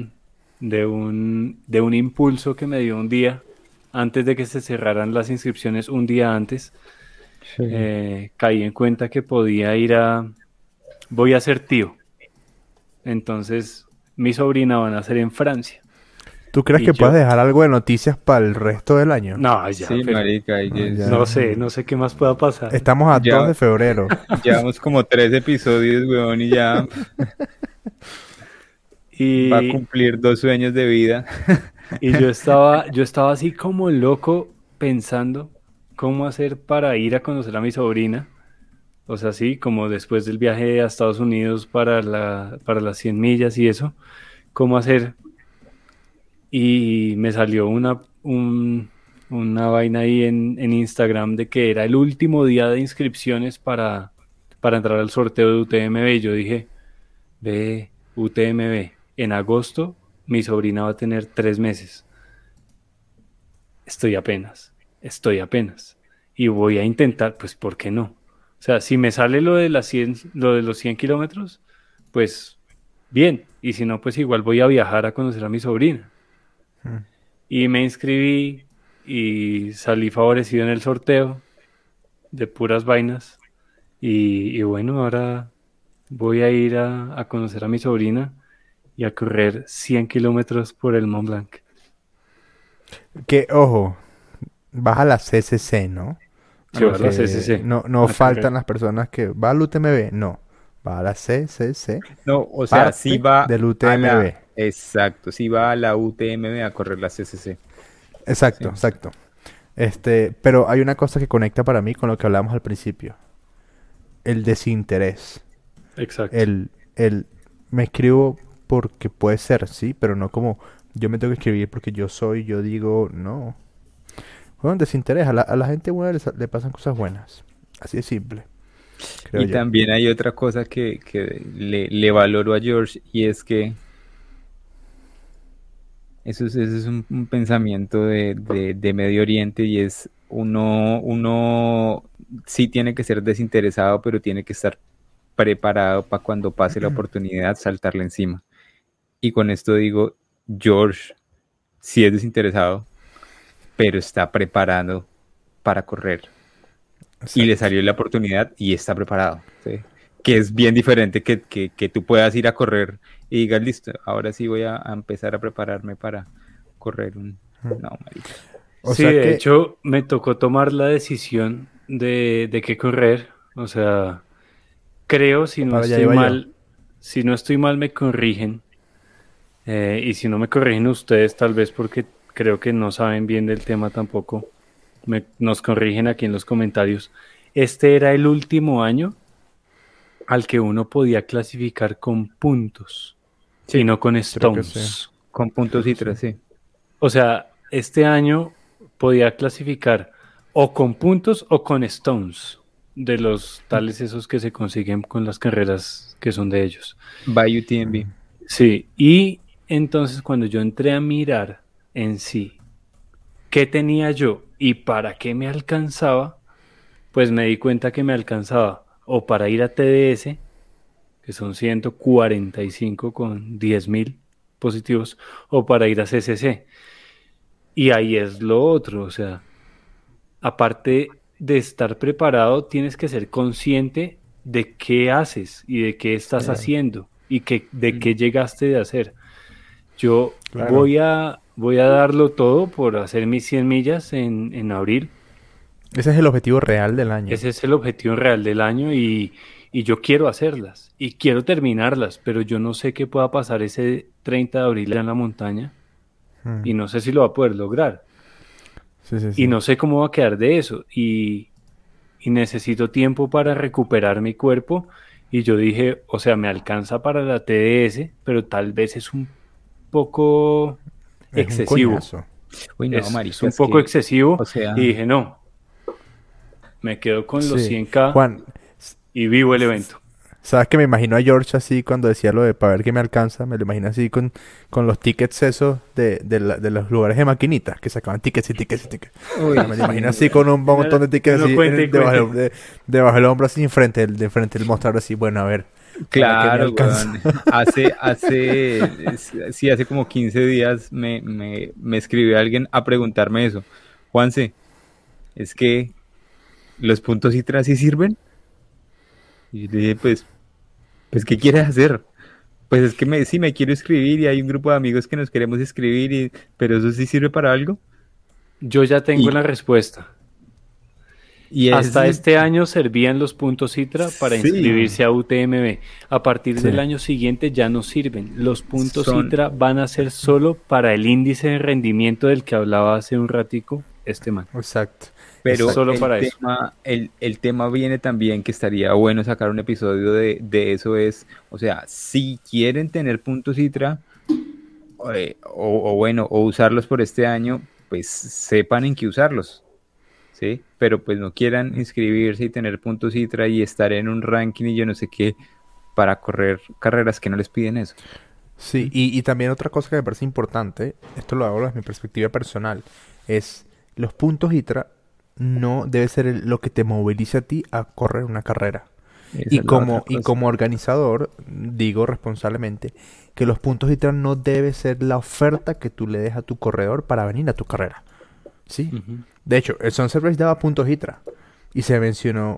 un impulso que me dio un día antes de que se cerraran las inscripciones, un día antes. Caí en cuenta que voy a ser tío. Entonces mi sobrina va a nacer en Francia. ¿Tú crees y que yo- puedes dejar algo de noticias para el resto del año? No, ya, Sí, pero marica, ya. no sé qué más pueda pasar. Estamos a Ya. 2 de febrero. llevamos como 3 episodios, weón, y ya va a Y, cumplir 2 sueños de vida. y yo estaba así como loco pensando cómo hacer para ir a conocer a mi sobrina. O sea, sí, como después del viaje a Estados Unidos para las 100 millas y eso, cómo hacer. Y me salió una vaina ahí en Instagram de que era el último día de inscripciones para entrar al sorteo de UTMB. Y yo dije, ve, UTMB, en agosto mi sobrina va a tener 3 meses. Estoy apenas. Y voy a intentar, pues, ¿por qué no? O sea, si me sale lo de los 100 kilómetros, pues bien. Y si no, pues igual voy a viajar a conocer a mi sobrina. Mm. Y me inscribí y salí favorecido en el sorteo de puras vainas. Y bueno, ahora voy a ir a conocer a mi sobrina y a correr 100 kilómetros por el Mont Blanc. Que, ojo, vas a la CCC, ¿no? Sí, va a la Porque CCC. no a faltan correr. las personas que va al UTMB, no. Va a la CCC, No, o sea, parte sí va del a UTMB. la... Exacto, sí va a la UTMB a correr la CCC. Exacto, Sí. exacto. Pero hay una cosa que conecta para mí con lo que hablamos al principio. El desinterés. Exacto. Me escribo porque puede ser, sí, pero no como yo me tengo que escribir porque yo digo, no. Bueno, desinterés. A la gente buena le pasan cosas buenas. Así de simple, creo Y yo. también hay otra cosa que le valoro a George y es que eso es un pensamiento de Medio Oriente y es uno sí tiene que ser desinteresado, pero tiene que estar preparado para cuando pase la oportunidad saltarle encima. Y con esto digo, George sí es desinteresado, pero está preparado para correr. Y le Exacto. salió la oportunidad y está preparado. ¿Sí? Que es bien diferente que tú puedas ir a correr y digas, listo, ahora sí voy a empezar a prepararme para correr un... No, marica. O Sí, sea de que hecho, me tocó tomar la decisión de qué correr. O sea, creo, para allá iba yo. si no estoy mal, me corrigen. Y si no me corrigen ustedes, tal vez porque creo que no saben bien del tema tampoco, nos corrigen aquí en los comentarios. Este era el último año al que uno podía clasificar con puntos y Sí, no con Creo que sí. stones. con puntos Creo y que tras, sí. O sea, este año podía clasificar o con puntos o con stones, de los tales esos que se consiguen con las carreras que son de ellos. By UTMB. Sí, y entonces cuando yo entré a mirar en sí qué tenía yo y para qué me alcanzaba, pues me di cuenta que me alcanzaba o para ir a TDS que son 145 con 10.000 positivos, o para ir a CCC. Y ahí es lo otro, o sea, aparte de estar preparado, tienes que ser consciente de qué haces y de qué estás Claro. haciendo y de qué llegaste de hacer. Yo Claro. voy a darlo todo por hacer mis 100 millas en abril. Ese es el objetivo real del año. Ese es el objetivo real del año y yo quiero hacerlas y quiero terminarlas, pero yo no sé qué pueda pasar ese 30 de abril en la montaña Mm. y no sé si lo va a poder lograr. Sí, sí, Y sí. no sé cómo va a quedar de eso. Y necesito tiempo para recuperar mi cuerpo. Y yo dije, o sea, me alcanza para la TDS, pero tal vez es un poco Es un excesivo. coñazo. Uy, no, Es marica, un es poco que, excesivo. o sea, Y dije, no, me quedo con los Sí. 100K Juan, y vivo el evento. ¿sabes que me imagino a George así cuando decía lo de para ver qué me alcanza? Me lo imagino así con los tickets esos de los lugares de maquinitas que sacaban tickets y tickets y tickets. uy, Me lo sí, imagino así con un montón de tickets No, así cuente, debajo del hombro así enfrente del mostrador así. Bueno, a ver. ¿Para qué me claro, alcanza? weón. Hace como 15 días me escribió alguien a preguntarme eso. Juanse, es que los puntos ITRA sí sirven. Y yo le dije, pues, ¿qué quieres hacer? Pues es que sí me quiero escribir y hay un grupo de amigos que nos queremos escribir, pero eso sí sirve para algo. Yo ya tengo Y, la respuesta. y Hasta es, este año servían los puntos Citra para sí, inscribirse a UTMB. A partir Sí. del año siguiente ya no sirven. Los puntos son, Citra van a ser solo para el índice de rendimiento del que hablaba hace un ratico este man. Exacto. pero Exacto. Solo para eso. el tema viene también que estaría bueno sacar un episodio de eso es, o sea, si quieren tener puntos ITRA o bueno, o usarlos por este año, pues sepan en qué usarlos, ¿sí? Pero pues no quieran inscribirse y tener puntos ITRA y estar en un ranking y yo no sé qué para correr carreras que no les piden eso. Sí, y también otra cosa que me parece importante, esto lo hago desde mi perspectiva personal, es los puntos ITRA no debe ser lo que te movilice a ti a correr una carrera. Esa es la otra Y cosa. como organizador, digo responsablemente que los puntos ITRA no debe ser la oferta que tú le des a tu corredor para venir a tu carrera. ¿Sí? Ujú. De hecho, el Sunset Race daba puntos ITRA y se mencionó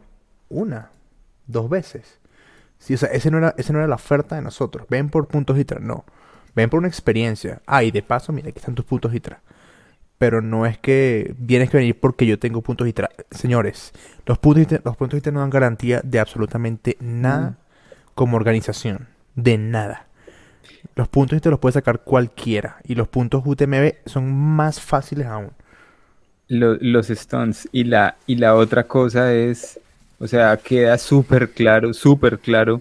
2 veces. Sí, o sea, esa no era la oferta de nosotros. Ven por puntos ITRA, no. Ven por una experiencia. Ah, y de paso, mira, aquí están tus puntos ITRA. Pero no es que tienes que venir porque yo tengo puntos ITRA. Señores, los puntos ITRA no dan garantía de absolutamente nada como organización. De nada. Los puntos ITRA los puede sacar cualquiera. Y los puntos UTMB son más fáciles aún. Los Stones y la otra cosa es, o sea, queda súper claro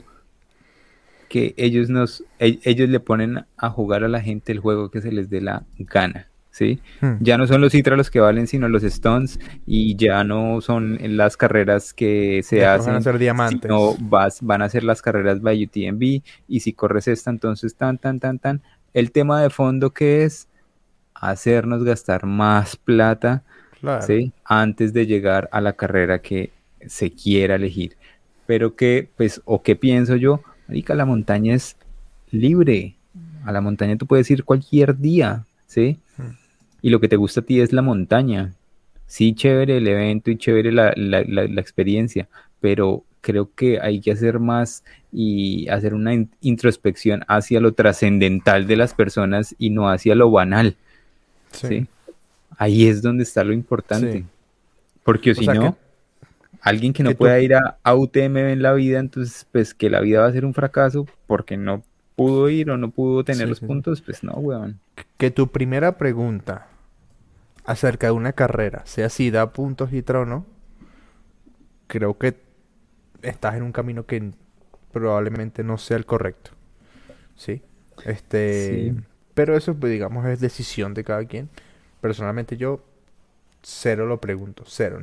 que ellos le ponen a jugar a la gente el juego que se les dé la gana, ¿sí? Hmm. Ya no son los Citra los que valen, sino los Stones y ya no son en las carreras que se Después van a hacen, ser diamantes. sino van a ser las carreras by UTMB y si corres esta, entonces tan. El tema de fondo que es hacernos gastar más plata, Claro. ¿sí? Antes de llegar a la carrera que se quiera elegir. Pero que, pues, o qué pienso yo, marica, la montaña es libre. A la montaña tú puedes ir cualquier día, ¿sí? Y lo que te gusta a ti es la montaña. Sí, chévere el evento y chévere la experiencia, pero creo que hay que hacer más y hacer una introspección hacia lo trascendental de las personas y no hacia lo banal, ¿sí? Ahí es donde está lo importante. Sí. Porque O si sea, no, alguien que no que tú- pueda ir a UTMB en la vida, entonces pues que la vida va a ser un fracaso porque no pudo ir o no pudo tener Sí, los sí, sí. puntos, pues no, weón. Que tu primera pregunta acerca de una carrera sea si da puntos ITRA o no, creo que estás en un camino que probablemente no sea el correcto. ¿Sí? Sí. Pero eso, pues, digamos, es decisión de cada quien. Personalmente yo cero lo pregunto, cero,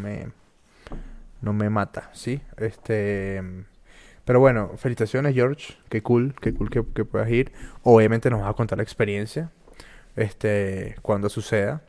no me mata, ¿sí? Pero bueno, felicitaciones, George. Qué cool que puedas ir. Obviamente nos vas a contar la experiencia, cuando suceda.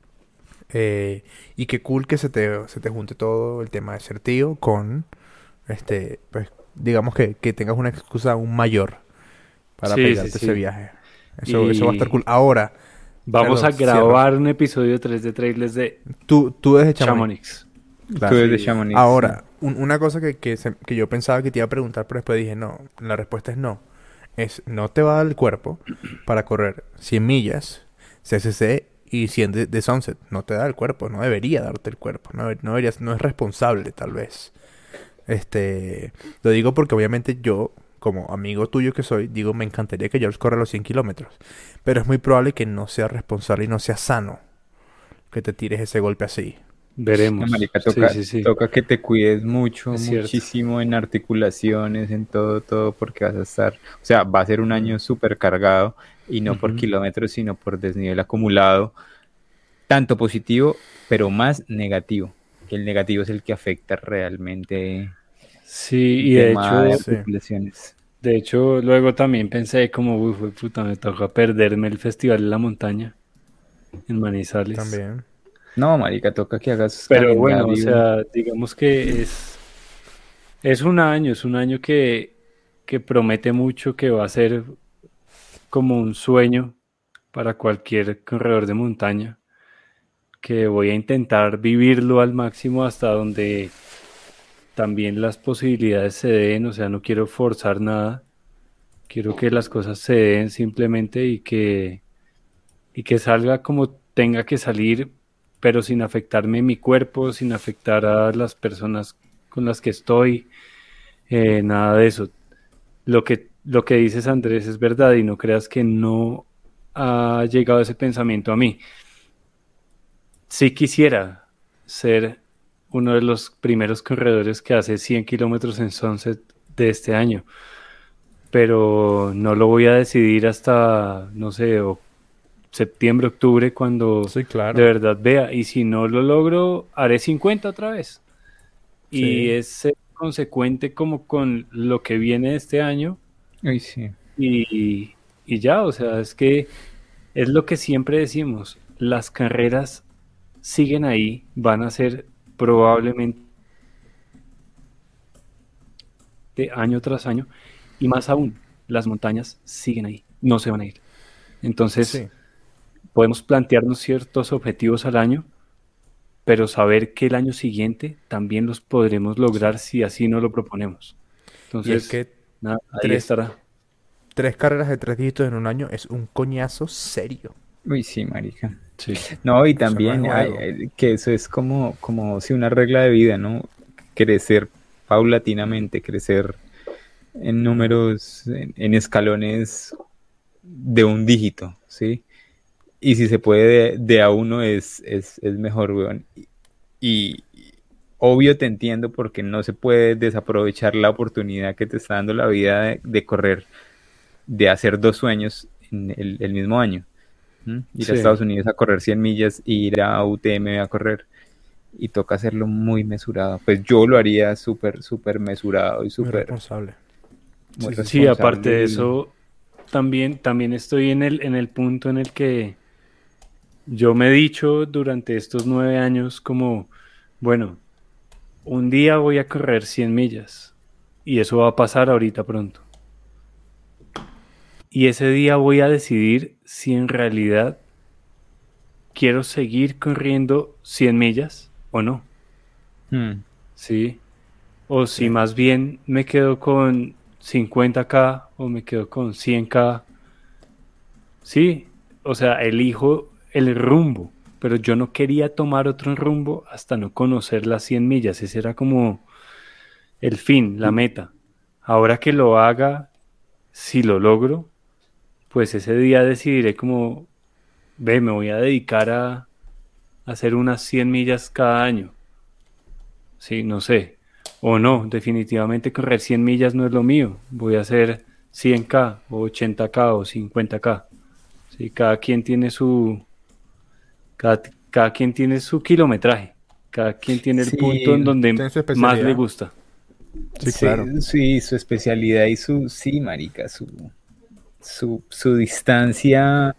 Y qué cool que se te junte todo el tema de ser tío con pues digamos que tengas una excusa aún mayor para Sí, pegarte sí, ese sí. viaje. Eso va a estar Y cool. Ahora, vamos perdón, a cierro. grabar un episodio 3 de trailers de Tú desde Chamonix. Chamonix. Tú Claro. desde Sí. Chamonix, sí. Ahora, una cosa que yo pensaba que te iba a preguntar, pero después dije no. La respuesta es no. No te va a dar el cuerpo para correr 100 millas, CCC y 100 de Sunset. No te da el cuerpo, no debería darte el cuerpo. No es responsable, tal vez. Lo digo porque obviamente yo, como amigo tuyo que soy, digo, me encantaría que George corra los 100 kilómetros. Pero es muy probable que no sea responsable y no sea sano que te tires ese golpe así. No, Veremos. marica, Sí, sí, sí. toca que te cuides mucho, Es cierto. muchísimo en articulaciones, en todo, porque vas a estar, o sea, va a ser un año súper cargado y no por Ujú. kilómetros, sino por desnivel acumulado, tanto positivo, pero más negativo, que el negativo es el que afecta realmente Sí, el y tema de Sí. articulaciones. de hecho, luego también pensé como, uy, fue puta, me toca perderme el Festival de la Montaña en Manizales. También. No, marica, toca que hagas Pero bueno, o calendario. sea, digamos que es un año que promete mucho, que va a ser como un sueño para cualquier corredor de montaña, que voy a intentar vivirlo al máximo hasta donde también las posibilidades se den, o sea, no quiero forzar nada, quiero que las cosas se den simplemente y que salga como tenga que salir, pero sin afectarme mi cuerpo, sin afectar a las personas con las que estoy, nada de eso. Lo que dices, Andrés, es verdad y no creas que no ha llegado ese pensamiento a mí. Sí quisiera ser uno de los primeros corredores que hace 100 kilómetros en Sunset de este año, pero no lo voy a decidir hasta, no sé, septiembre, octubre, cuando Sí, de claro. verdad vea. Y si no lo logro, haré 50 otra vez. Y Sí. es ser consecuente como con lo que viene este año Uy, sí. y ya, o sea, es que es lo que siempre decimos, las carreras siguen ahí, van a ser probablemente año tras año, y más aún, las montañas siguen ahí, no se van a ir. Entonces, Sí. podemos plantearnos ciertos objetivos al año, pero saber que el año siguiente también los podremos lograr si así no lo proponemos. Y es Entonces, que nada, ahí tres, estará. tres carreras de 3 dígitos en un año es un coñazo serio. Uy, sí, marica. Sí, No, y Eso no es también juego. que eso es como si una regla de vida, ¿no? Crecer paulatinamente, crecer en números, en escalones de un dígito, ¿sí? Y si se puede de a uno es mejor, weón. Y obvio te entiendo porque no se puede desaprovechar la oportunidad que te está dando la vida de correr, de hacer dos sueños en el mismo año. Ir a sí. Estados Unidos a correr 100 millas e ir a UTM a correr. Y toca hacerlo muy mesurado. Pues yo lo haría súper mesurado y Muy súper responsable. muy Sí, sí, Sí, sí. aparte responsable. de Y eso, también estoy en el punto en el que yo me he dicho durante estos 9 años como, bueno, un día voy a correr 100 millas y eso va a pasar ahorita pronto. Y ese día voy a decidir si en realidad quiero seguir corriendo 100 millas o no, ¿sí? O si Sí. más bien me quedo con 50K o me quedo con 100K. Sí, o sea, elijo el rumbo, pero yo no quería tomar otro rumbo hasta no conocer las 100 millas. Ese era como el fin, la meta. Ahora que lo haga, si lo logro, pues ese día decidiré como, ve, me voy a dedicar a hacer unas 100 millas cada año. Sí, no sé. O no, definitivamente correr 100 millas no es lo mío. Voy a hacer 100K o 80K o 50K. Sí, cada, cada quien tiene su kilometraje. Cada quien tiene el punto sí, en donde Tiene su más le especialidad. gusta. Sí, claro. sí, su especialidad y sí, marica, su distancia,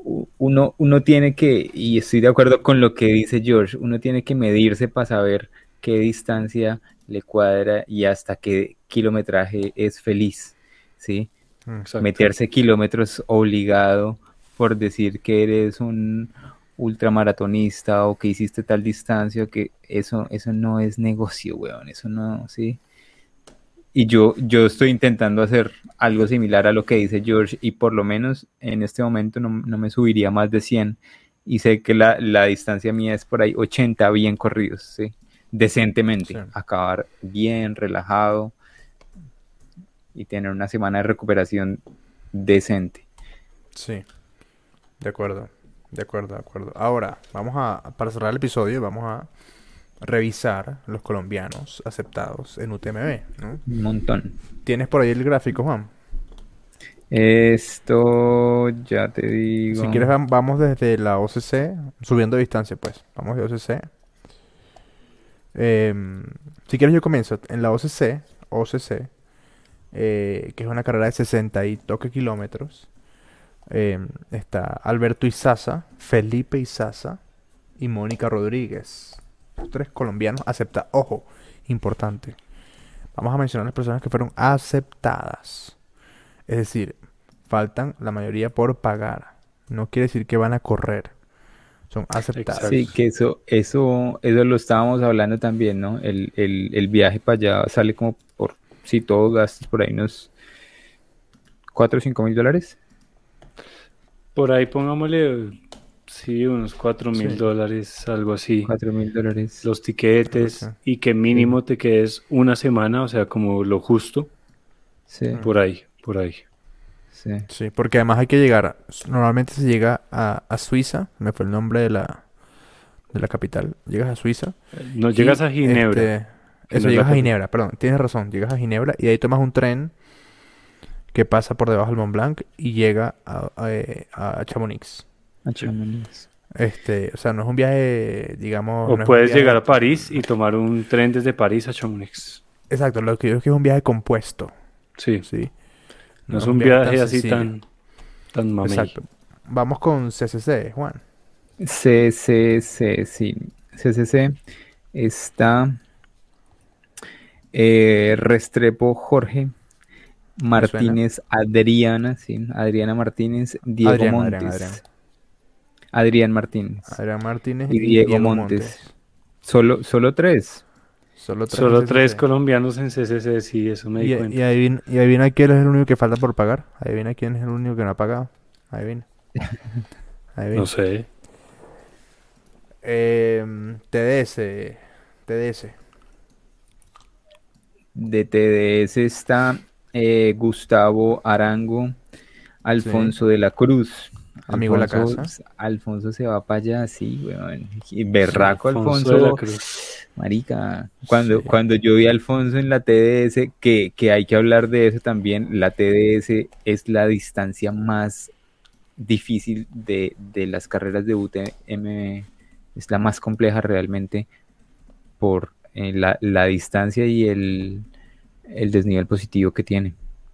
uno tiene que, y estoy de acuerdo con lo que dice George, uno tiene que medirse para saber qué distancia le cuadra y hasta qué kilometraje es feliz, ¿sí? Exacto. Meterse kilómetros obligado por decir que eres un ultramaratonista o que hiciste tal distancia, que eso no es negocio, weón, eso no, ¿sí? Y yo estoy intentando hacer algo similar a lo que dice George y por lo menos en este momento no me subiría más de 100 y sé que la distancia mía es por ahí 80 bien corridos, ¿sí? Decentemente, Sí. acabar bien, relajado y tener una semana de recuperación decente. Sí, de acuerdo, de acuerdo, de acuerdo. Ahora, para cerrar el episodio, vamos a revisar los colombianos aceptados en UTMB, ¿no? Un montón. ¿Tienes por ahí el gráfico, Juan? Esto ya te digo. Si quieres, vamos desde la OCC, subiendo distancia, pues. Vamos de OCC. Si quieres, yo comienzo. En la OCC, que es una carrera de 60 y toque kilómetros, está Alberto Izaza, Felipe Izaza y Mónica Rodríguez. Los 3 colombianos aceptados. Ojo, importante. Vamos a mencionar las personas que fueron aceptadas. Es decir, faltan la mayoría por pagar. No quiere decir que van a correr. Son aceptados. Sí, que eso lo estábamos hablando también, ¿no? El viaje para allá sale como por, si todo gastas por ahí unos 4 o 5 mil dólares. Por ahí pongámosle, sí, unos $4,000, algo así. 4 mil dólares. Los tiquetes Ok. y que mínimo te quedes una semana, o sea, como lo justo, Sí, por ahí. sí. Sí, porque además hay que llegar. Normalmente se llega a Suiza. Me fue el nombre de la capital. Llegas a Suiza. No y, llegas a Ginebra. que Eso, no es la llegas a capital. Ginebra, perdón. Tienes razón. Llegas a Ginebra y de ahí tomas un tren que pasa por debajo del Mont Blanc y llega a Chamonix. A Chamonix. O sea, no es un viaje, digamos... O no es un puedes viaje- llegar a París y tomar un tren desde París a Chamonix. Exacto, lo que yo digo es que es un viaje compuesto, Sí, ¿sí? no es un viaje así sencillo. tan mamey. Exacto. Vamos con CCC, Juan. CCC, sí. CCC está Restrepo Jorge, Martínez Adriana, sí. Adriana Martínez, Diego Montes. Adrián Martínez. Adrián Martínez Y Diego Montes. Solo 3. Solo 3 Solo en 3 CCC. colombianos en CCC, sí, eso me di cuenta. Y adivina quién es el único que falta por pagar. Adivina quién es el único que no ha pagado. Adivina. No sé. TDS. De TDS está Gustavo Arango, Alfonso de la Cruz. Amigo de la casa. Alfonso se va para allá, sí, weón. Y berraco Alfonso de la Alfonso. Cruz. Marica, Sí. cuando yo vi a Alfonso en la TDS, que hay que hablar de eso también, la TDS es la distancia más difícil de las carreras de UTMB, es la más compleja realmente por la distancia y el desnivel positivo que tiene.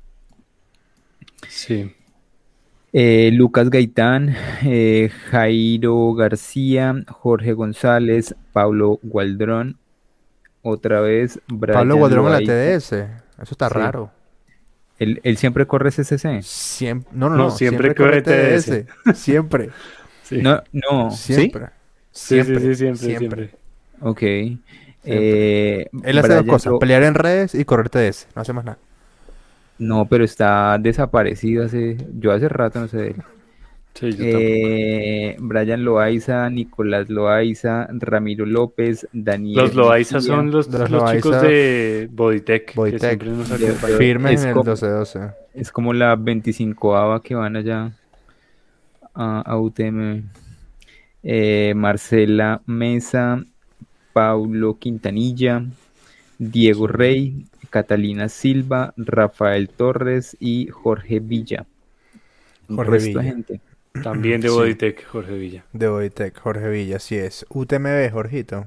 Sí. Lucas Gaitán, Jairo García, Jorge González, Pablo Gualdrón, otra vez Brian Pablo Guadrón en la Loaiza. TDS. Eso está Sí. raro. Él siempre corre CCC. No, siempre corre corre TDS. Siempre. Sí. No, ¿sí? Siempre. Sí, siempre. Ok. Él hace dos Brian cosas: pelear en redes y correr TDS. No hace más nada. No, pero está desaparecido yo hace rato no sé de él. Sí, yo tampoco. Brian Loaiza, Nicolás Loaiza, Ramiro López, Daniel Los Loaiza Mejía. son los Los chicos Loaiza- de Bodytech, que Bodytech. siempre nos De- acompañan. Firmes es en el como- 12-12. Es como la 25ª que van allá a UTM. Marcela Mesa, Paulo Quintanilla, Diego Rey, Catalina Silva, Rafael Torres y Jorge Villa. Un Jorge resto de Villa. gente. También de Sí. Bodytech, Jorge Villa. De Bodytech, Jorge Villa, así es. UTMB, Jorgito.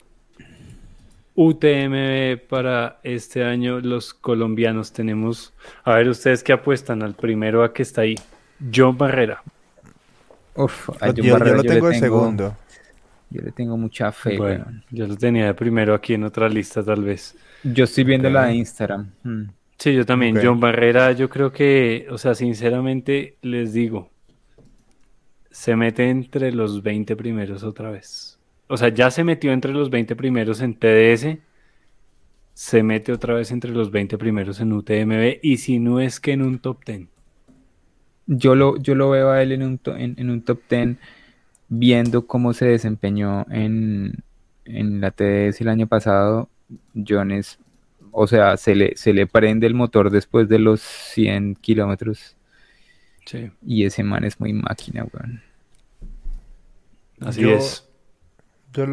UTMB para este año, los colombianos tenemos. A ver, ustedes qué apuestan al primero a que está ahí. John Barrera. Uf, a John Yo Barrera lo yo le tengo el segundo. Yo le tengo mucha fe, Bueno, weón. yo lo tenía de primero aquí en otra lista, tal vez. Yo estoy viendo la Ok. de Instagram. Sí, yo también. Ok. John Barrera, yo creo que, o sea, sinceramente les digo, se mete entre los 20 primeros otra vez. O sea, ya se metió entre los 20 primeros en TDS, se mete otra vez entre los 20 primeros en UTMB y si no es que en un top 10. Yo lo veo a él en un top 10 viendo cómo se desempeñó en la TDS el año pasado. John es, o sea, se le prende el motor después de los 100 kilómetros Sí, y ese man es muy máquina, weón. así Yo, es. yo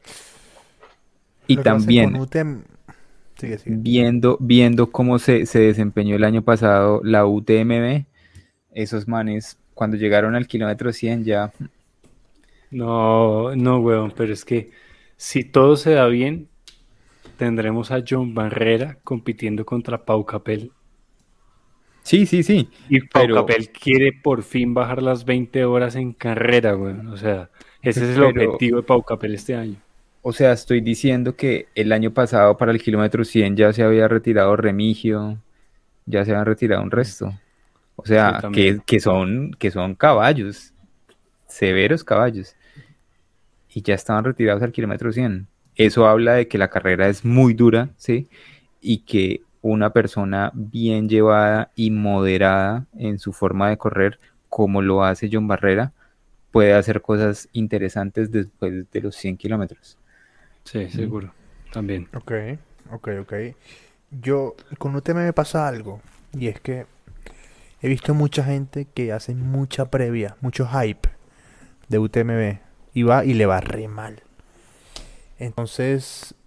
Y lo que pasa es que con también UTM... Sigue, sigue. viendo cómo se desempeñó el año pasado la UTMB, esos manes cuando llegaron al kilómetro 100 ya, No, no, weón, pero es que si todo se da bien, tendremos a John Barrera compitiendo contra Pau Capel. sí, sí, sí, Y Pau pero, Capel quiere por fin bajar las 20 horas en carrera, weón. O sea, ese es el pero, objetivo de Pau Capel este año. o sea, estoy diciendo que el año pasado para el kilómetro 100 ya se había retirado Remigio, ya se habían retirado un resto. O Sí, sea, también. que son caballos, severos caballos, y ya estaban retirados al kilómetro 100. Eso habla de que la carrera es muy dura, ¿sí? Y que una persona bien llevada y moderada en su forma de correr, como lo hace John Barrera, puede hacer cosas interesantes después de los 100 kilómetros. Sí, seguro. También. Ok, ok, ok. Yo, con UTM me pasa algo. Y es que he visto mucha gente que hace mucha previa, mucho hype de UTMB. Y va y le va re mal. Entonces,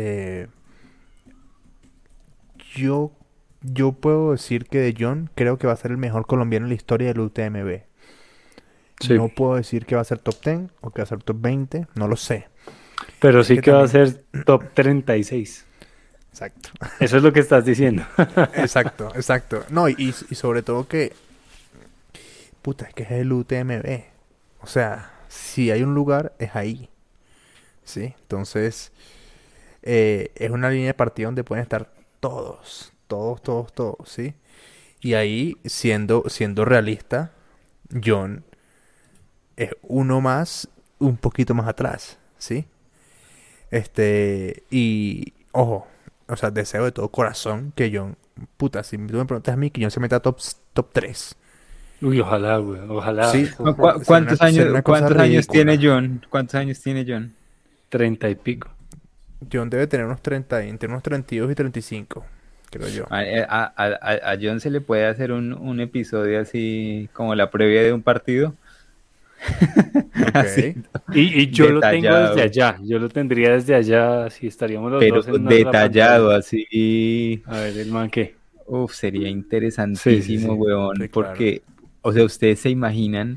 yo, yo puedo decir que de John creo que va a ser el mejor colombiano en la historia del UTMB. Sí. No puedo decir que va a ser top 10 o que va a ser top 20, no lo sé. Pero Es sí que que va a también... ser top 36. Exacto. Eso es lo que estás diciendo. Exacto, exacto. No, y sobre todo que, puta, es que es el UTMB. O sea, si hay un lugar, es ahí. ¿Sí? Entonces, es una línea de partida donde pueden estar todos, todos, todos, todos, ¿sí? Y ahí, siendo realista, John es uno más, un poquito más atrás, ¿sí? Y, ojo, o sea, deseo de todo corazón que John, puta, si tú me preguntas a mí, que John se meta top 3. Uy, ojalá, güey. Ojalá. Sí, ¿Cuántos sería años, una cosa cuántos años tiene ridícula. John? ¿Cuántos años tiene John? 30 y pico. John debe tener unos 30, entre unos 32 y 35, creo yo. A John se le puede hacer un episodio así como la previa de un partido. Ok. Así, Y yo lo tengo desde detallado, allá. Yo lo tendría desde allá. Si estaríamos los pero dos en una sola detallado, pantalla. así. A ver, el man qué. Sería Sí, sí, interesantísimo, sí. weón, Sí, claro. porque, o sea, ustedes se imaginan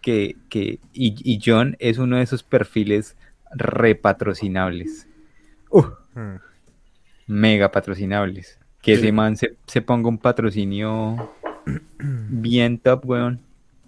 y John es uno de esos perfiles repatrocinables, Mm, mega patrocinables, que ese Sí. man se ponga un patrocinio bien top, weón.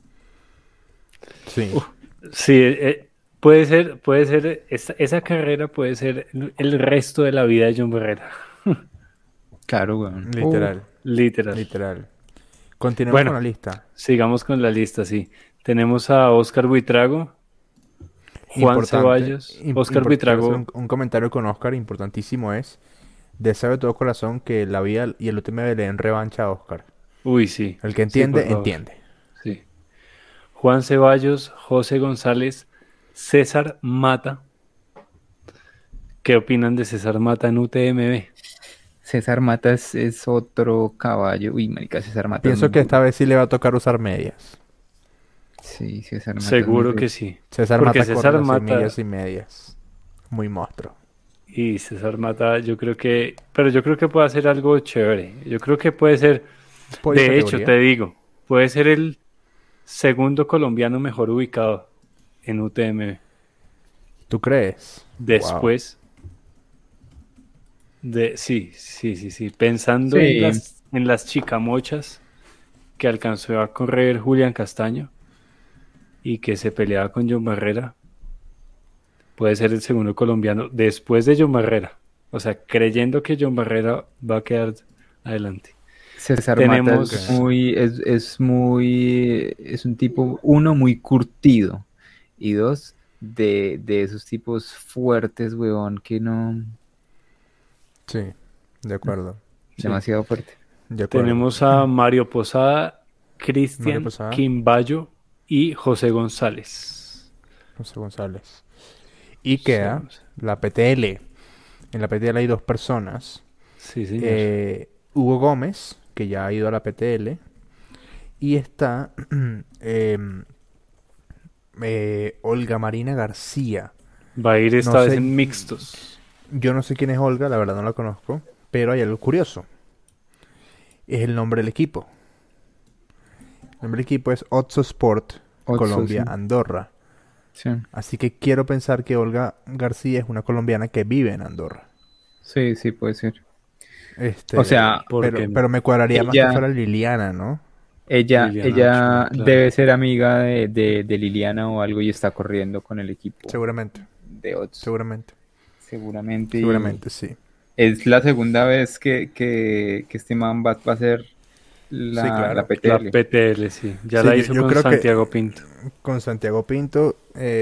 sí. Sí, puede ser, esa carrera puede ser el resto de la vida de John Barrera. Claro, weón. Literal. Literal. Literal. Continuemos con Bueno, la lista. sigamos con la lista, sí. Tenemos a Oscar Buitrago, Juan Importante. Ceballos. Oscar Quiero hacer Buitrago, un comentario con Oscar. Importantísimo es. Deseo de todo corazón que la vida y el UTMB le den revancha a Oscar. uy, sí. El que Sí, por entiende, favor. entiende. Sí. Juan Ceballos, José González, César Mata. ¿Qué opinan de César Mata en UTMB? César Mata es otro caballo. Uy, marica, César Mata es muy Pienso que esta duro. vez sí le va a tocar usar medias. Sí, César Mata es muy Seguro duro. que sí. César Porque Mata corre César las 6 Mata millas y medias. Muy monstruo. y César Mata, pero yo creo que puede hacer algo chévere. Yo creo que puede ser, Podio de hecho, categoría. te digo, puede ser el segundo colombiano mejor ubicado en UTMB. ¿Tú crees? Wow. Después sí, sí, sí, sí. Pensando Sí, en las chicamochas que alcanzó a correr Julián Castaño y que se peleaba con John Barrera, puede ser el segundo colombiano después de John Barrera. O sea, creyendo que John Barrera va a quedar adelante. César Tenemos- Mata es un tipo, uno, muy curtido, y dos, de esos tipos fuertes, weón, que no, Sí, de acuerdo. Sí. demasiado fuerte. De acuerdo. Tenemos a Mario Posada, Mario Cristian Posada. Quimbayo y José González. José González. Y queda la PTL. En la PTL hay dos personas. Sí, señor. Hugo Gómez, que ya ha ido a la PTL. Y está Olga Marina García. Va a ir esta no vez sé. en mixtos. Yo no sé quién es Olga, la verdad no la conozco. Pero hay algo curioso. Es el nombre del equipo. El nombre del equipo es Otso Sport Otso, Colombia sí. Andorra. Sí, Así que quiero pensar que Olga García es una colombiana que vive en Andorra. sí, sí, puede ser. O sea, porque pero me cuadraría más ella- que fuera Liliana, ¿no? Ella Liliana Ochoa, claro. debe ser amiga de Liliana o algo y está corriendo con el equipo Seguramente, de Otso. seguramente, Seguramente. y seguramente, sí. Es la segunda vez que este man va a hacer la, Sí, claro. la La PTL. PTL, sí. Ya Sí, la yo- hizo yo con creo que- Santiago Pinto. Con Santiago Pinto,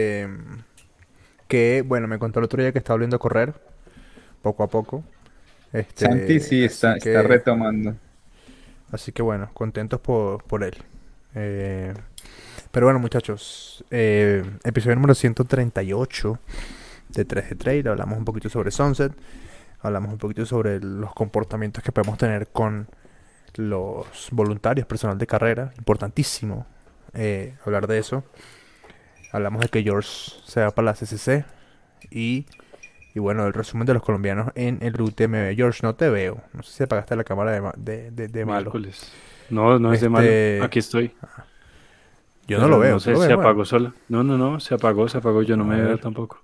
que, bueno, me contó el otro día que está volviendo a correr, poco a poco. Santi sí así está que- retomando. Así que bueno, contentos por él. Pero bueno, muchachos, episodio número 138 de 3 de Trail. Hablamos un poquito sobre Sunset. Hablamos un poquito sobre los comportamientos que podemos tener con los voluntarios, personal de carrera. Importantísimo hablar de eso. Hablamos de que George se va para la CCC. Y bueno, el resumen de los colombianos en el UTMB. George, no te veo. No sé si apagaste la cámara de malo. Miércoles. No, no es de malo. Aquí estoy. Yo Pero no lo veo. No ¿tú sé, lo ves, se Juan? apagó sola. No, se apagó. Yo no A me ver. veo tampoco.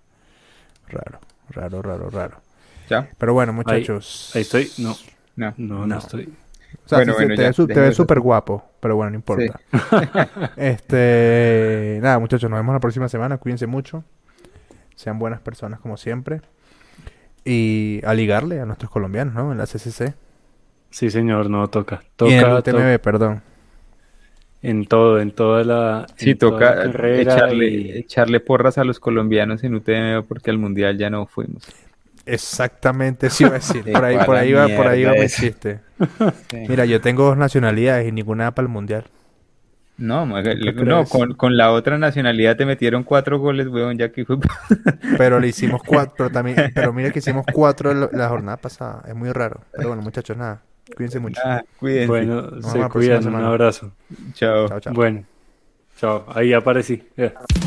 Raro. ¿Ya? Pero bueno, muchachos. Ahí estoy. No, No. no No. estoy. O sea, Bueno, sí, bueno, te ya, ves te dejemos ves eso. súper guapo, pero bueno, no importa. Nada, muchachos, nos vemos la próxima semana. Cuídense mucho. Sean buenas personas como siempre. Y a ligarle a nuestros colombianos, ¿no? En la CCC. Sí, señor, no toca. Y en el Toca, UTMB, perdón. en todo, en toda la, Sí, en toda toca la carrera echarle porras a los colombianos en UTM porque al mundial ya no fuimos. Exactamente, sí iba a decir. De Por ahí cuál va mierda mi es. chiste. Sí. Mira, yo tengo 2 nacionalidades y ninguna para el mundial. No, ¿Qué no, crees? con la otra nacionalidad te metieron 4 goles, weón, ya que fue... Pero le hicimos 4, pero mira que hicimos 4 la jornada pasada. Es muy raro. Pero bueno, muchachos, nada. Cuídense mucho. Ah, cuídense. bueno, vemos se la próxima cuidan, un semana. abrazo. Chao. Chao, chao. Bueno, chao, ahí aparecí. Ya.